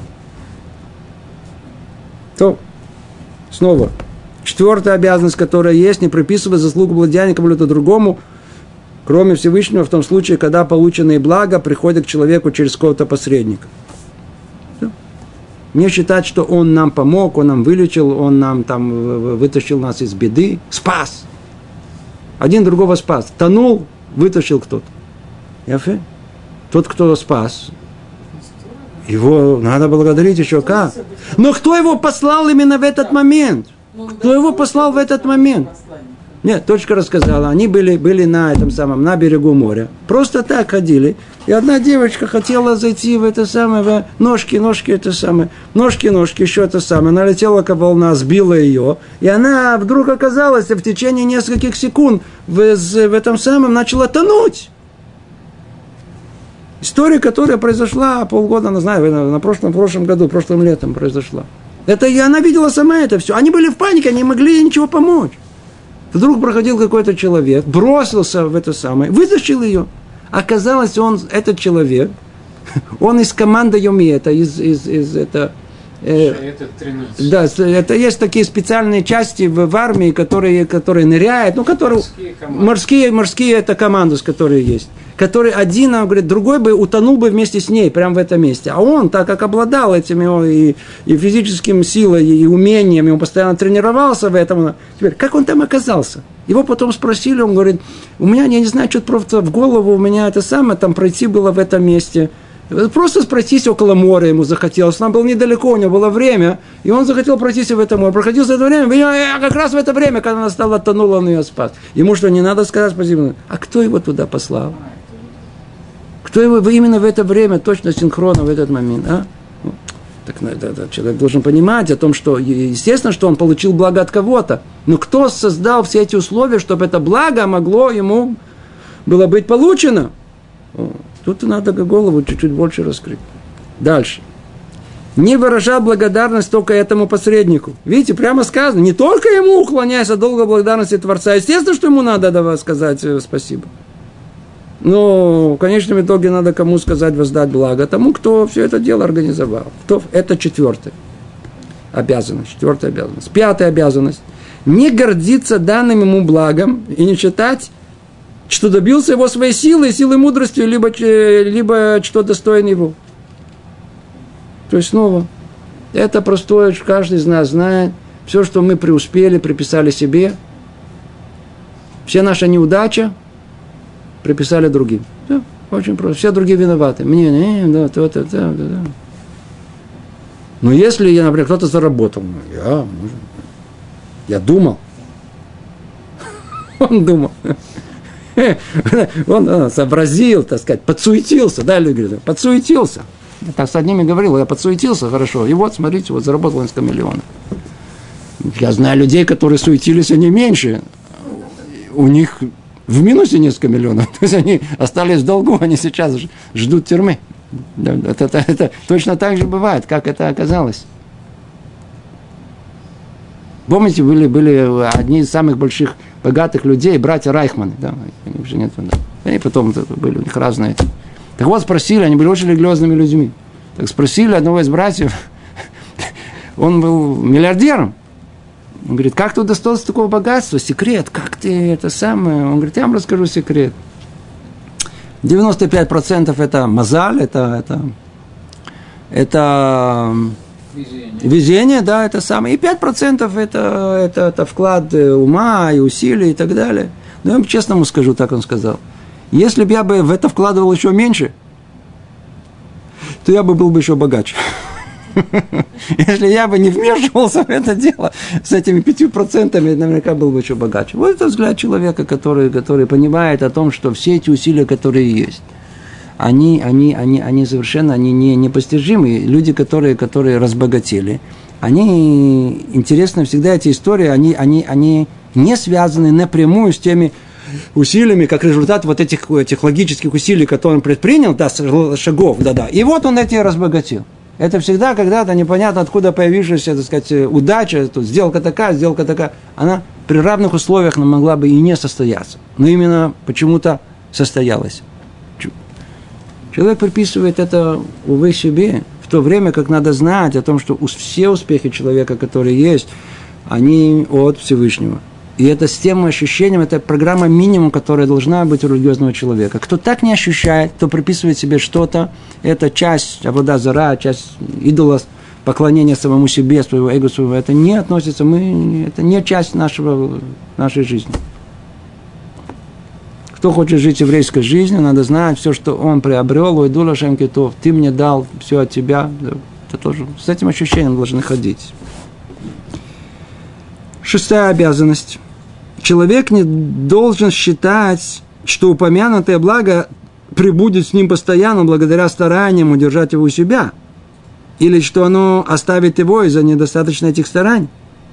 То, снова, четвертая обязанность, которая есть, не приписывать заслугу благодеяния кому-то другому, кроме Всевышнего, в том случае, когда полученные блага приходят к человеку через какого-то посредника. Все. Не считать, что он нам помог, он нам вылечил, он нам там вытащил нас из беды, спас. Один другого спас. Тонул, вытащил кто-то. Яфе? Тот, кто спас, его надо благодарить еще как. Но кто его послал именно в этот момент? Кто его послал в этот момент? Нет, точка рассказала. Они были на этом самом, на берегу моря. Просто так ходили. И одна девочка хотела зайти в это самое, в ножки, это самое. Ножки, еще это самое. Налетела волна, сбила ее. И она вдруг оказалась в течение нескольких секунд в этом самом начала тонуть. История, которая произошла полгода, не знаю, на прошлом году, прошлым летом произошла. Это и она видела сама это все. Они были в панике, они не могли ничего помочь. Вдруг проходил какой-то человек, бросился в это самое, вытащил ее. Оказалось, этот человек, он из команды Йомиета, да, это есть такие специальные части в армии, которые ныряют, морские это команды, которые есть. Который один, он говорит, другой бы утонул бы вместе с ней, прямо в этом месте. А он, так как обладал этими и физическим силой, и умениями, он постоянно тренировался в этом. Теперь, как он там оказался? Его потом спросили, он говорит, у меня, я не знаю, что-то просто в голову у меня это самое, там пройти было в этом месте. Просто пройтись около моря ему захотелось. Там было недалеко, у него было время, и он захотел пройтись в это море. Проходил за это время, и как раз в это время, когда она стала тонула, он ее спас. Ему что, не надо сказать спасибо? А кто его туда послал? Кто его именно в это время, точно синхронно в этот момент, а? Так человек должен понимать о том, что, естественно, что он получил благо от кого-то. Но кто создал все эти условия, чтобы это благо могло ему было быть получено? Тут надо голову чуть-чуть больше раскрыть. Дальше. Не выражал благодарность только этому посреднику. Видите, прямо сказано, не только ему уклоняясь от долга благодарности Творца. Естественно, что ему надо сказать спасибо. Но в конечном итоге надо кому сказать воздать благо? Тому, кто все это дело организовал. Это четвертая обязанность. Пятая обязанность. Не гордиться данным ему благом и не считать, что добился его своей силой мудрости, либо что достоин его. То есть снова, это простое, каждый из нас знает. Все, что мы преуспели, приписали себе. Все наши неудачи приписали другим. Все, очень просто. Все другие виноваты. Да. Но если, например, кто-то заработал, я думал. Он думал. Он сообразил, так сказать, подсуетился. Да, люди говорят, подсуетился. Я так с одними говорил, я подсуетился хорошо. И вот, смотрите, заработал несколько миллионов. Я знаю людей, которые суетились, они меньше. У них в минусе несколько миллионов. То есть они остались в долгу, они сейчас ждут тюрьмы. Это точно так же бывает, как это оказалось. Помните, были одни из самых больших богатых людей, братья Райхманы. Да, они уже нет, да. Они потом были у них разные. Так вот, спросили, они были очень религиозными людьми. Так спросили одного из братьев, он был миллиардером. Он говорит, как ты удостоился такого богатства? Секрет, как ты это самое? Он говорит, я вам расскажу секрет. 95% это мазаль, это везение, да, это самое. И 5% это вклад ума и усилий и так далее. Но я вам честно скажу, так он сказал. Если бы я бы в это вкладывал еще меньше, то я бы был бы еще богаче. Если я бы не вмешивался в это дело с этими 5%, наверняка был бы еще богаче. Вот это взгляд человека, который понимает о том, что все эти усилия, которые есть, они совершенно непостижимы. Люди, которые разбогатели, они, интересно, всегда эти истории, они не связаны напрямую с теми усилиями, как результат вот этих логических усилий, которые он предпринял, да, шагов, да. И вот он эти разбогател. Это всегда когда-то непонятно откуда появившаяся, так сказать, удача, тут сделка такая, она при равных условиях могла бы и не состояться. Но именно почему-то состоялась. Человек приписывает это, увы, себе, в то время как надо знать о том, что все успехи человека, которые есть, они от Всевышнего. И это с тем ощущением, это программа минимум, которая должна быть у религиозного человека. Кто так не ощущает, кто приписывает себе что-то, это часть авода зара, часть идола, поклонения самому себе, своего эго, своего, это не относится, это не часть нашей жизни. Кто хочет жить еврейской жизнью, надо знать все, что он приобрел, у идула шем кетов, ты мне дал все от тебя, это тоже, с этим ощущением должны ходить. 6-я обязанность. Человек не должен считать, что упомянутое благо пребудет с ним постоянно благодаря стараниям удержать его у себя, или что оно оставит его из-за недостаточно этих стараний.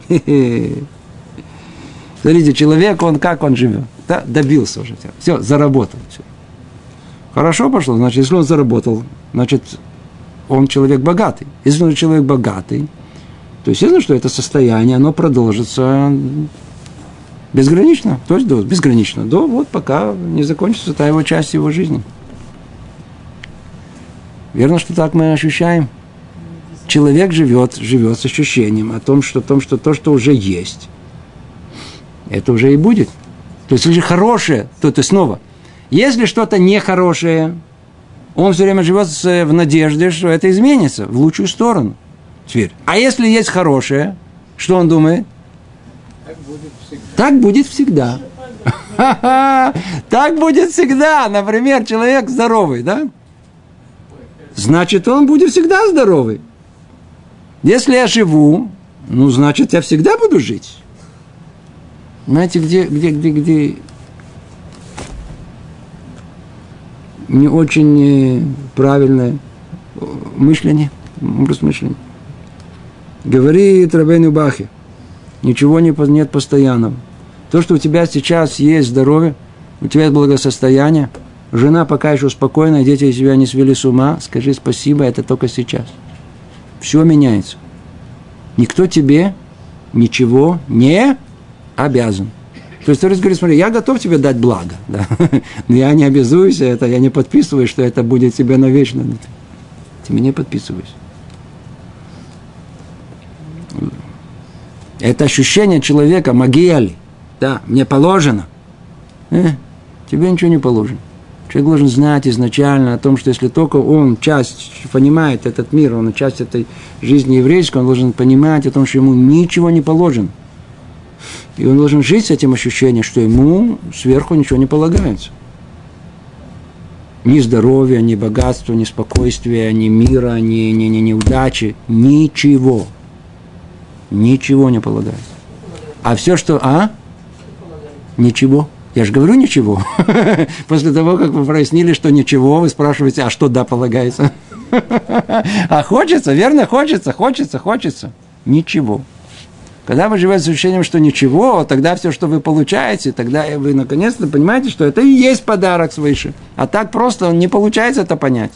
Смотрите, человек, как он живет? Да? Добился уже. Все, заработал. Все. Хорошо пошло, значит, если он заработал, значит, он человек богатый. Если он человек богатый, то естественно, что это состояние, оно продолжится безгранично. То есть безгранично. Пока не закончится та его часть его жизни. Верно, что так мы ощущаем? Человек живет с ощущением о том, что то, что уже есть, это уже и будет. То есть, если хорошее, то снова. Если что-то нехорошее, он все время живет в надежде, что это изменится в лучшую сторону. Теперь. А если есть хорошее, что он думает? Так будет всегда. Так будет всегда. Например, человек здоровый, да? Значит, он будет всегда здоровый. Если я живу, значит, я всегда буду жить. Знаете, где не очень правильное мышление, образ мышления. Говорит Рабейну Бахе, ничего нет постоянного. То, что у тебя сейчас есть здоровье, у тебя есть благосостояние, жена пока еще спокойная, дети тебя не свели с ума, скажи спасибо, это только сейчас. Все меняется. Никто тебе ничего не обязан. То есть, Торис говорит, смотри, я готов тебе дать благо, да? Но я не обязуюсь, я не подписываю, что это будет тебе навечно. Ты не подписываешься. Это ощущение человека, магиали, да, мне положено. Тебе ничего не положено. Человек должен знать изначально о том, что если только он понимает этот мир, он часть этой жизни еврейской, он должен понимать о том, что ему ничего не положено. И он должен жить с этим ощущением, что ему сверху ничего не полагается. Ни здоровья, ни богатства, ни спокойствия, ни мира, ни удачи. Ничего. Ничего не полагается. А все, что... Ничего. Я же говорю ничего. После того, как вы прояснили, что ничего, вы спрашиваете, а что да полагается? А хочется, верно? Хочется. Ничего. Когда вы живете с ощущением, что ничего, тогда все, что вы получаете, тогда вы наконец-то понимаете, что это и есть подарок свыше. А так просто не получается это понять.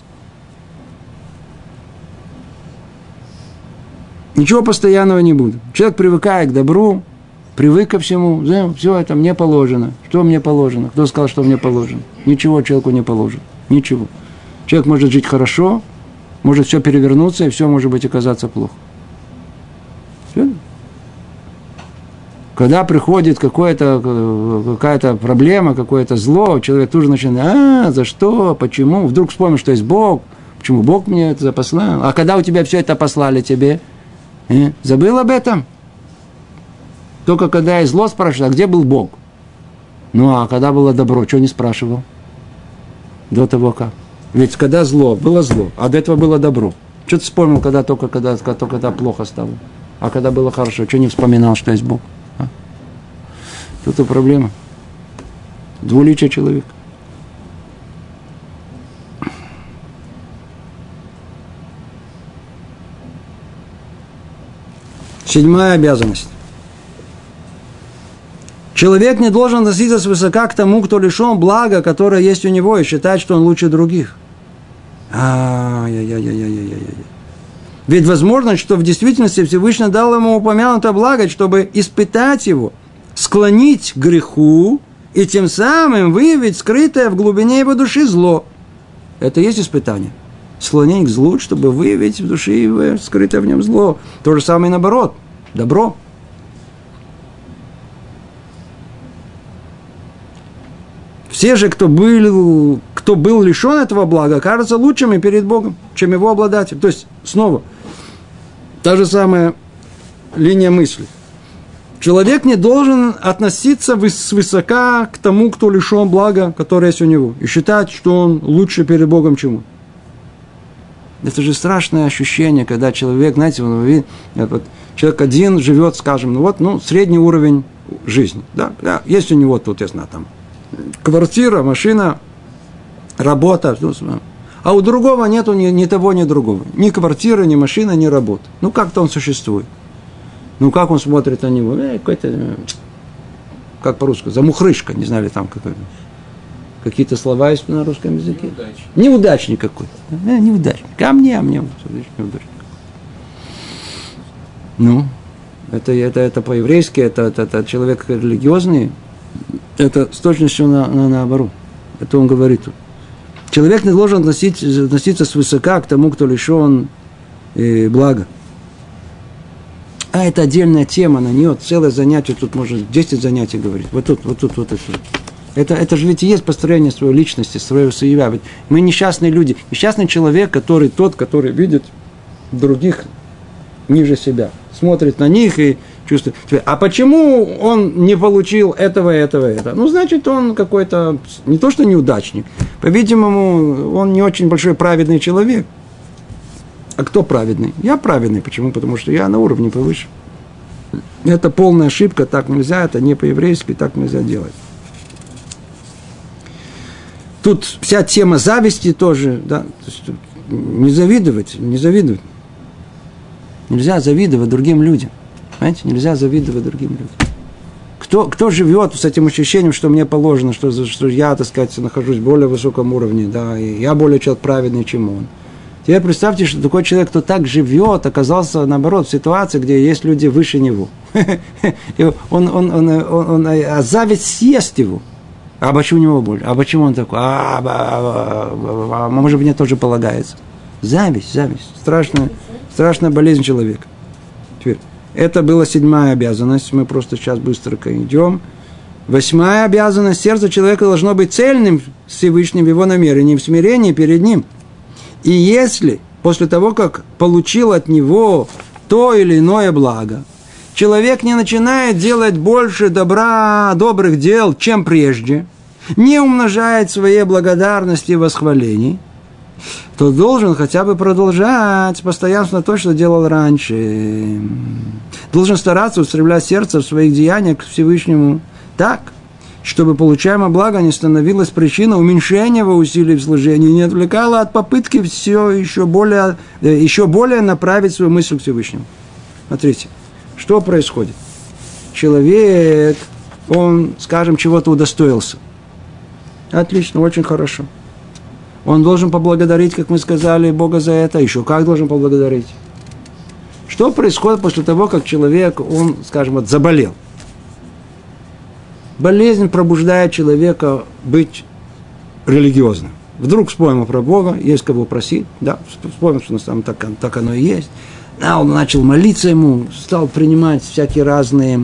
Ничего постоянного не будет. Человек привыкает к добру, привык ко всему. Все это мне положено. Что мне положено? Кто сказал, что мне положено? Ничего человеку не положено. Ничего. Человек может жить хорошо, может все перевернуться, и все может быть оказаться плохо. Все. Когда приходит какая-то проблема, какое-то зло, человек тут же начинает, за что, почему? Вдруг вспомнил, что есть Бог. Почему Бог мне это послал? А когда у тебя все это послали тебе? Забыл об этом? Только когда есть зло, спрашивают, а где был Бог? Ну, а когда было добро, что не спрашивал? До того как? Ведь когда зло, было зло, а до этого было добро. Что ты вспомнил, когда плохо стало? А когда было хорошо, что не вспоминал, что есть Бог? Тут и проблема. Двуличие человека. Седьмая обязанность. Человек не должен относиться свысока к тому, кто лишен блага, которое есть у него, и считать, что он лучше других. Ведь возможно, что в действительности Всевышний дал ему упомянутое благо, чтобы испытать его, склонить к греху и тем самым выявить скрытое в глубине его души зло. Это и есть испытание. Склонение к злу, чтобы выявить в душе его скрытое в нем зло. То же самое наоборот. Добро. Все же, кто был лишен этого блага, кажутся лучшими перед Богом, чем его обладатель. То есть, снова, та же самая линия мысли. Человек не должен относиться свысока к тому, кто лишен блага, которое есть у него, и считать, что он лучше перед Богом, чем он. Это же страшное ощущение, когда человек, знаете, человек один живет, скажем, средний уровень жизни. Да, есть у него тут, я знаю, там, квартира, машина, работа. А у другого нету ни того, ни другого. Ни квартиры, ни машины, ни работы. Как-то он существует. Как он смотрит на него? Какой-то, как по-русски, замухрышка, не знали там какие-то слова есть на русском языке. Неудачник какой-то. Неудачник. А мне неудачник. Это по-еврейски, это человек религиозный. Это с точностью наоборот. Это он говорит тут. Человек не должен относиться свысока к тому, кто лишен блага. Это отдельная тема, на нее целое занятие, тут можно 10 занятий говорить. Вот тут. Это же ведь и есть построение своей личности, своего себя. Мы несчастные люди. Несчастный человек, который видит других ниже себя. Смотрит на них и чувствует. А почему он не получил этого? Значит, он какой-то, не то что неудачник, по-видимому, он не очень большой праведный человек. А кто праведный? Я праведный. Почему? Потому что я на уровне повыше. Это полная ошибка, так нельзя, это не по-еврейски, так нельзя делать. Тут вся тема зависти тоже, да, то есть, не завидовать. Нельзя завидовать другим людям. Понимаете? Нельзя завидовать другим людям. Кто живет с этим ощущением, что мне положено, что я, так сказать, нахожусь в более высоком уровне, да, и я более человек праведный, чем он. Теперь представьте, что такой человек, кто так живет, оказался, наоборот, в ситуации, где есть люди выше него. А зависть съест его. А почему у него больше? А почему он такой? Может быть, мне тоже полагается. Зависть. Страшная болезнь человека. Теперь, это была 7-я обязанность. Мы просто сейчас быстренько идем. 8-я обязанность. Сердце человека должно быть цельным Всевышним в его намерении, в смирении перед ним. И если после того, как получил от него то или иное благо, человек не начинает делать больше добра, добрых дел, чем прежде, не умножает своей благодарности и восхвалений, то должен хотя бы продолжать постоянно то, что делал раньше. Должен стараться устремлять сердце в своих деяниях к Всевышнему так, чтобы получаемое благо не становилось причиной уменьшения его усилий в служении, не отвлекало от попытки все еще более направить свою мысль к Всевышнему. Смотрите, Что происходит? Человек, он, скажем, чего-то удостоился. Отлично, очень хорошо. Он должен поблагодарить, как мы сказали, Бога за это. Еще как должен поблагодарить? Что происходит после того, как человек, он, скажем, вот, заболел? Болезнь пробуждает человека быть религиозным. Вдруг вспомнил про Бога, есть кого просить, да, вспомнил, что там так оно и есть. А он начал молиться ему, стал принимать всякие разные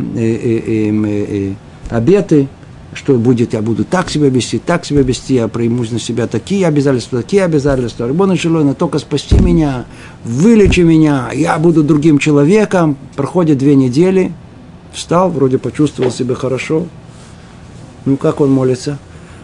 обеты, что будет, я буду так себя вести, я приму на себя такие обязательства. Раббону шелойну, только спасти меня, вылечи меня, я буду другим человеком. Проходит 2 недели, встал, вроде почувствовал себя хорошо. Ну, как он молится?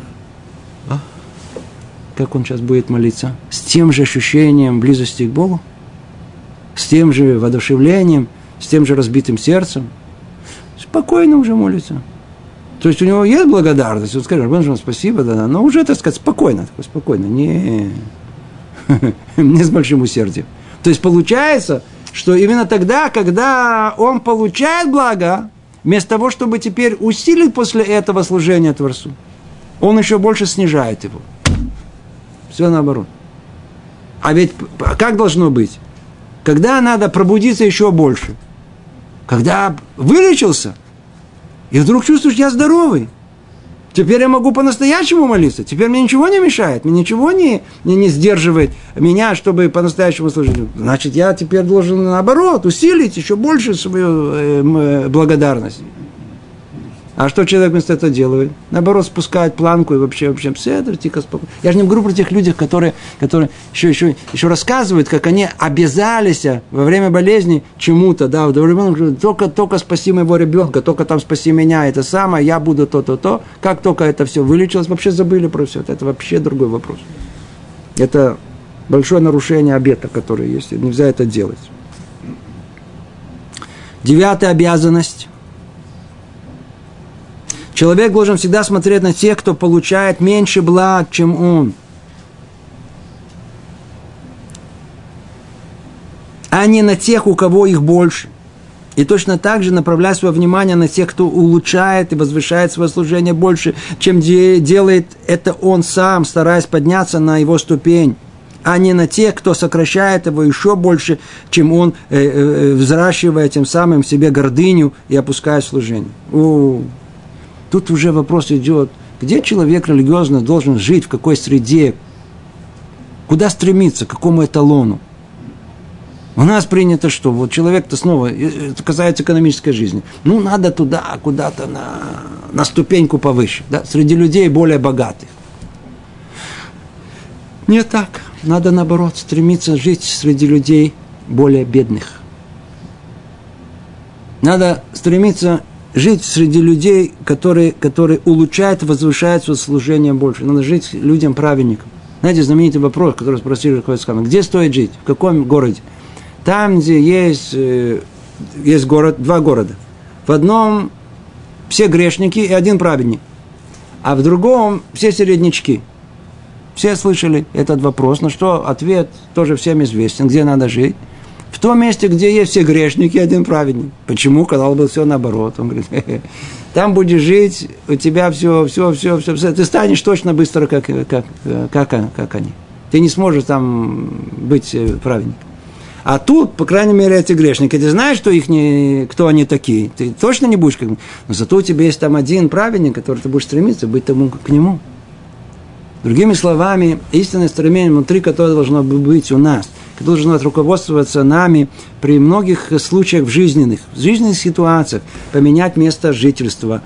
Как он сейчас будет молиться? С тем же ощущением близости к Богу? С тем же воодушевлением? С тем же разбитым сердцем? Спокойно уже молится. То есть у него есть благодарность. Он скажет, Раббону шелойну, спасибо, да, но уже, так сказать, спокойно, не с большим усердием. То есть получается, что именно тогда, когда он получает благо, вместо того, чтобы теперь усилить после этого служение Творцу, он еще больше снижает его. Все наоборот. А ведь как должно быть? Когда надо пробудиться еще больше? Когда вылечился, и вдруг чувствуешь, я здоровый. Теперь я могу по-настоящему молиться. Теперь мне ничего не мешает. Мне ничего не сдерживает меня, чтобы по-настоящему служить. Значит, я теперь должен, наоборот, усилить еще больше свою благодарность. А что человек вместо этого делает? Наоборот, спускает планку и вообще седр, тихо, спокойно. Я же не говорю про тех людей, которые еще рассказывают, как они обязались во время болезни чему-то, да, только спаси моего ребенка, только там спаси меня, это самое, я буду то. Как только это все вылечилось, вообще забыли про все это. Это вообще другой вопрос. Это большое нарушение обета, которое есть. Нельзя это делать. 9-я обязанность. Человек должен всегда смотреть на тех, кто получает меньше благ, чем он. А не на тех, у кого их больше. И точно так же направлять свое внимание на тех, кто улучшает и возвышает свое служение больше, чем делает это он сам, стараясь подняться на его ступень. А не на тех, кто сокращает его еще больше, чем он, взращивая тем самым в себе гордыню и опуская служение. Тут уже вопрос идет, где человек религиозно должен жить, в какой среде, куда стремиться, к какому эталону. У нас принято что? Вот человек-то снова, это касается экономической жизни, надо туда, куда-то на ступеньку повыше, да, среди людей более богатых. Не так. Надо, наоборот, стремиться жить среди людей более бедных. Надо стремиться жить среди людей, которые улучшают и возвышают свое служение больше. Надо жить людям праведникам. Знаете, знаменитый вопрос, который спросили, где стоит жить, в каком городе? Там, где есть город, 2 города. В одном все грешники и 1 праведник. А в другом все середнячки. Все слышали этот вопрос, но что ответ тоже всем известен, где надо жить. В том месте, где есть все грешники и 1 праведник. Почему? Казалось бы, все наоборот. Он говорит, там будешь жить, у тебя все. Ты станешь точно быстро, как они. Ты не сможешь там быть праведником. А тут, по крайней мере, эти грешники, ты знаешь, кто они такие? Ты точно не будешь как. Но зато у тебя есть там 1 праведник, который ты будешь стремиться быть к нему. Другими словами, истинное стремление, внутри которого должно быть у нас, которое должно руководствоваться нами при многих случаях в жизненных ситуациях, поменять место жительства,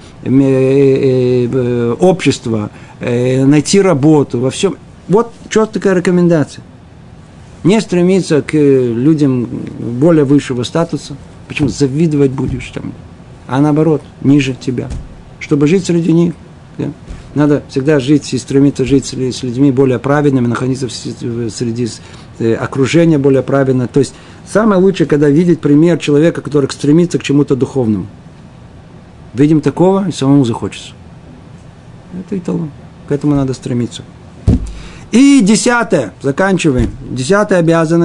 общество, найти работу, во всем. Вот четкая рекомендация. Не стремиться к людям более высшего статуса. Почему? Завидовать будешь там. А наоборот, ниже тебя. Чтобы жить среди них. Да? Надо всегда жить и стремиться жить с людьми более праведными, находиться среди окружения более праведного. То есть самое лучшее, когда видеть пример человека, который стремится к чему-то духовному. Видим такого, и самому захочется. Это эталон. К этому надо стремиться. И 10-е, заканчиваем. 10-я обязанность.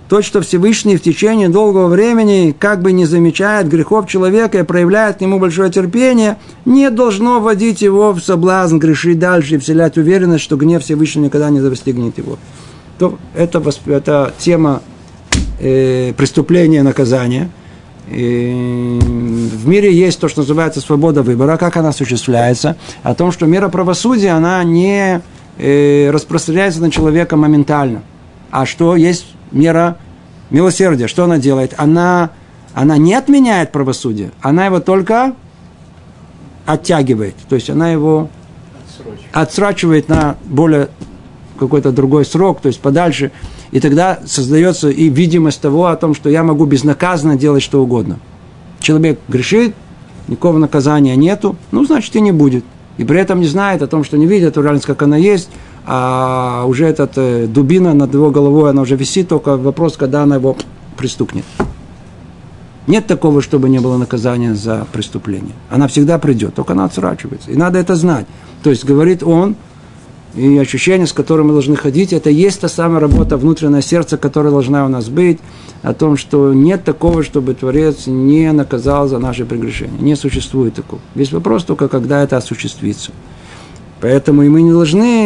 тот, что Всевышний в течение долгого времени как бы не замечает грехов человека и проявляет к нему большое терпение, не должно вводить его в соблазн грешить дальше и вселять уверенность, что гнев Всевышнего никогда не достигнет его. То это тема преступления и наказания. И в мире есть то, что называется свобода выбора, как она осуществляется, о том, что мера правосудия, она не распространяется на человека моментально, а что есть мера милосердия. Что она делает? Она не отменяет правосудие, она его только оттягивает, то есть она его отсрачивает на более какой-то другой срок, то есть подальше. И тогда создается и видимость того, о том, что я могу безнаказанно делать что угодно. Человек грешит, никакого наказания нету, значит и не будет. И при этом не знает о том, что не видит эту реальность, как она есть, а уже эта дубина над его головой, она уже висит, только вопрос, когда она его пристукнет. Нет такого, чтобы не было наказания за преступление. Она всегда придет, только она отсрачивается. И надо это знать. То есть, говорит он, и ощущение, с которым мы должны ходить, это есть та самая работа, внутреннее сердце, которая должна у нас быть, о том, что нет такого, чтобы Творец не наказал за наши прегрешения. Не существует такого. Весь вопрос только, когда это осуществится. Поэтому и мы не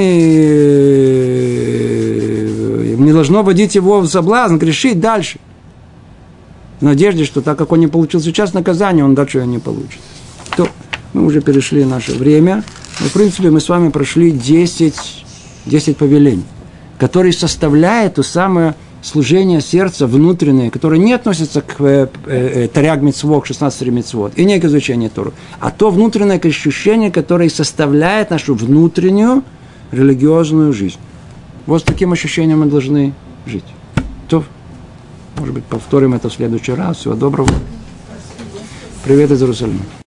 должно вводить его в соблазн, грешить дальше. В надежде, что так как он не получил сейчас наказание, он дальше не получит. То мы уже перешли наше время. Но, в принципе, мы с вами прошли 10 повелений, которые составляют то самое служение сердца внутреннее, которое не относится к таряг мицвот, к 16 мицвот, и не к изучению Торы, а то внутреннее ощущение, которое составляет нашу внутреннюю религиозную жизнь. Вот с таким ощущением мы должны жить. То, может быть, повторим это в следующий раз. Всего доброго. Привет из Иерусалима.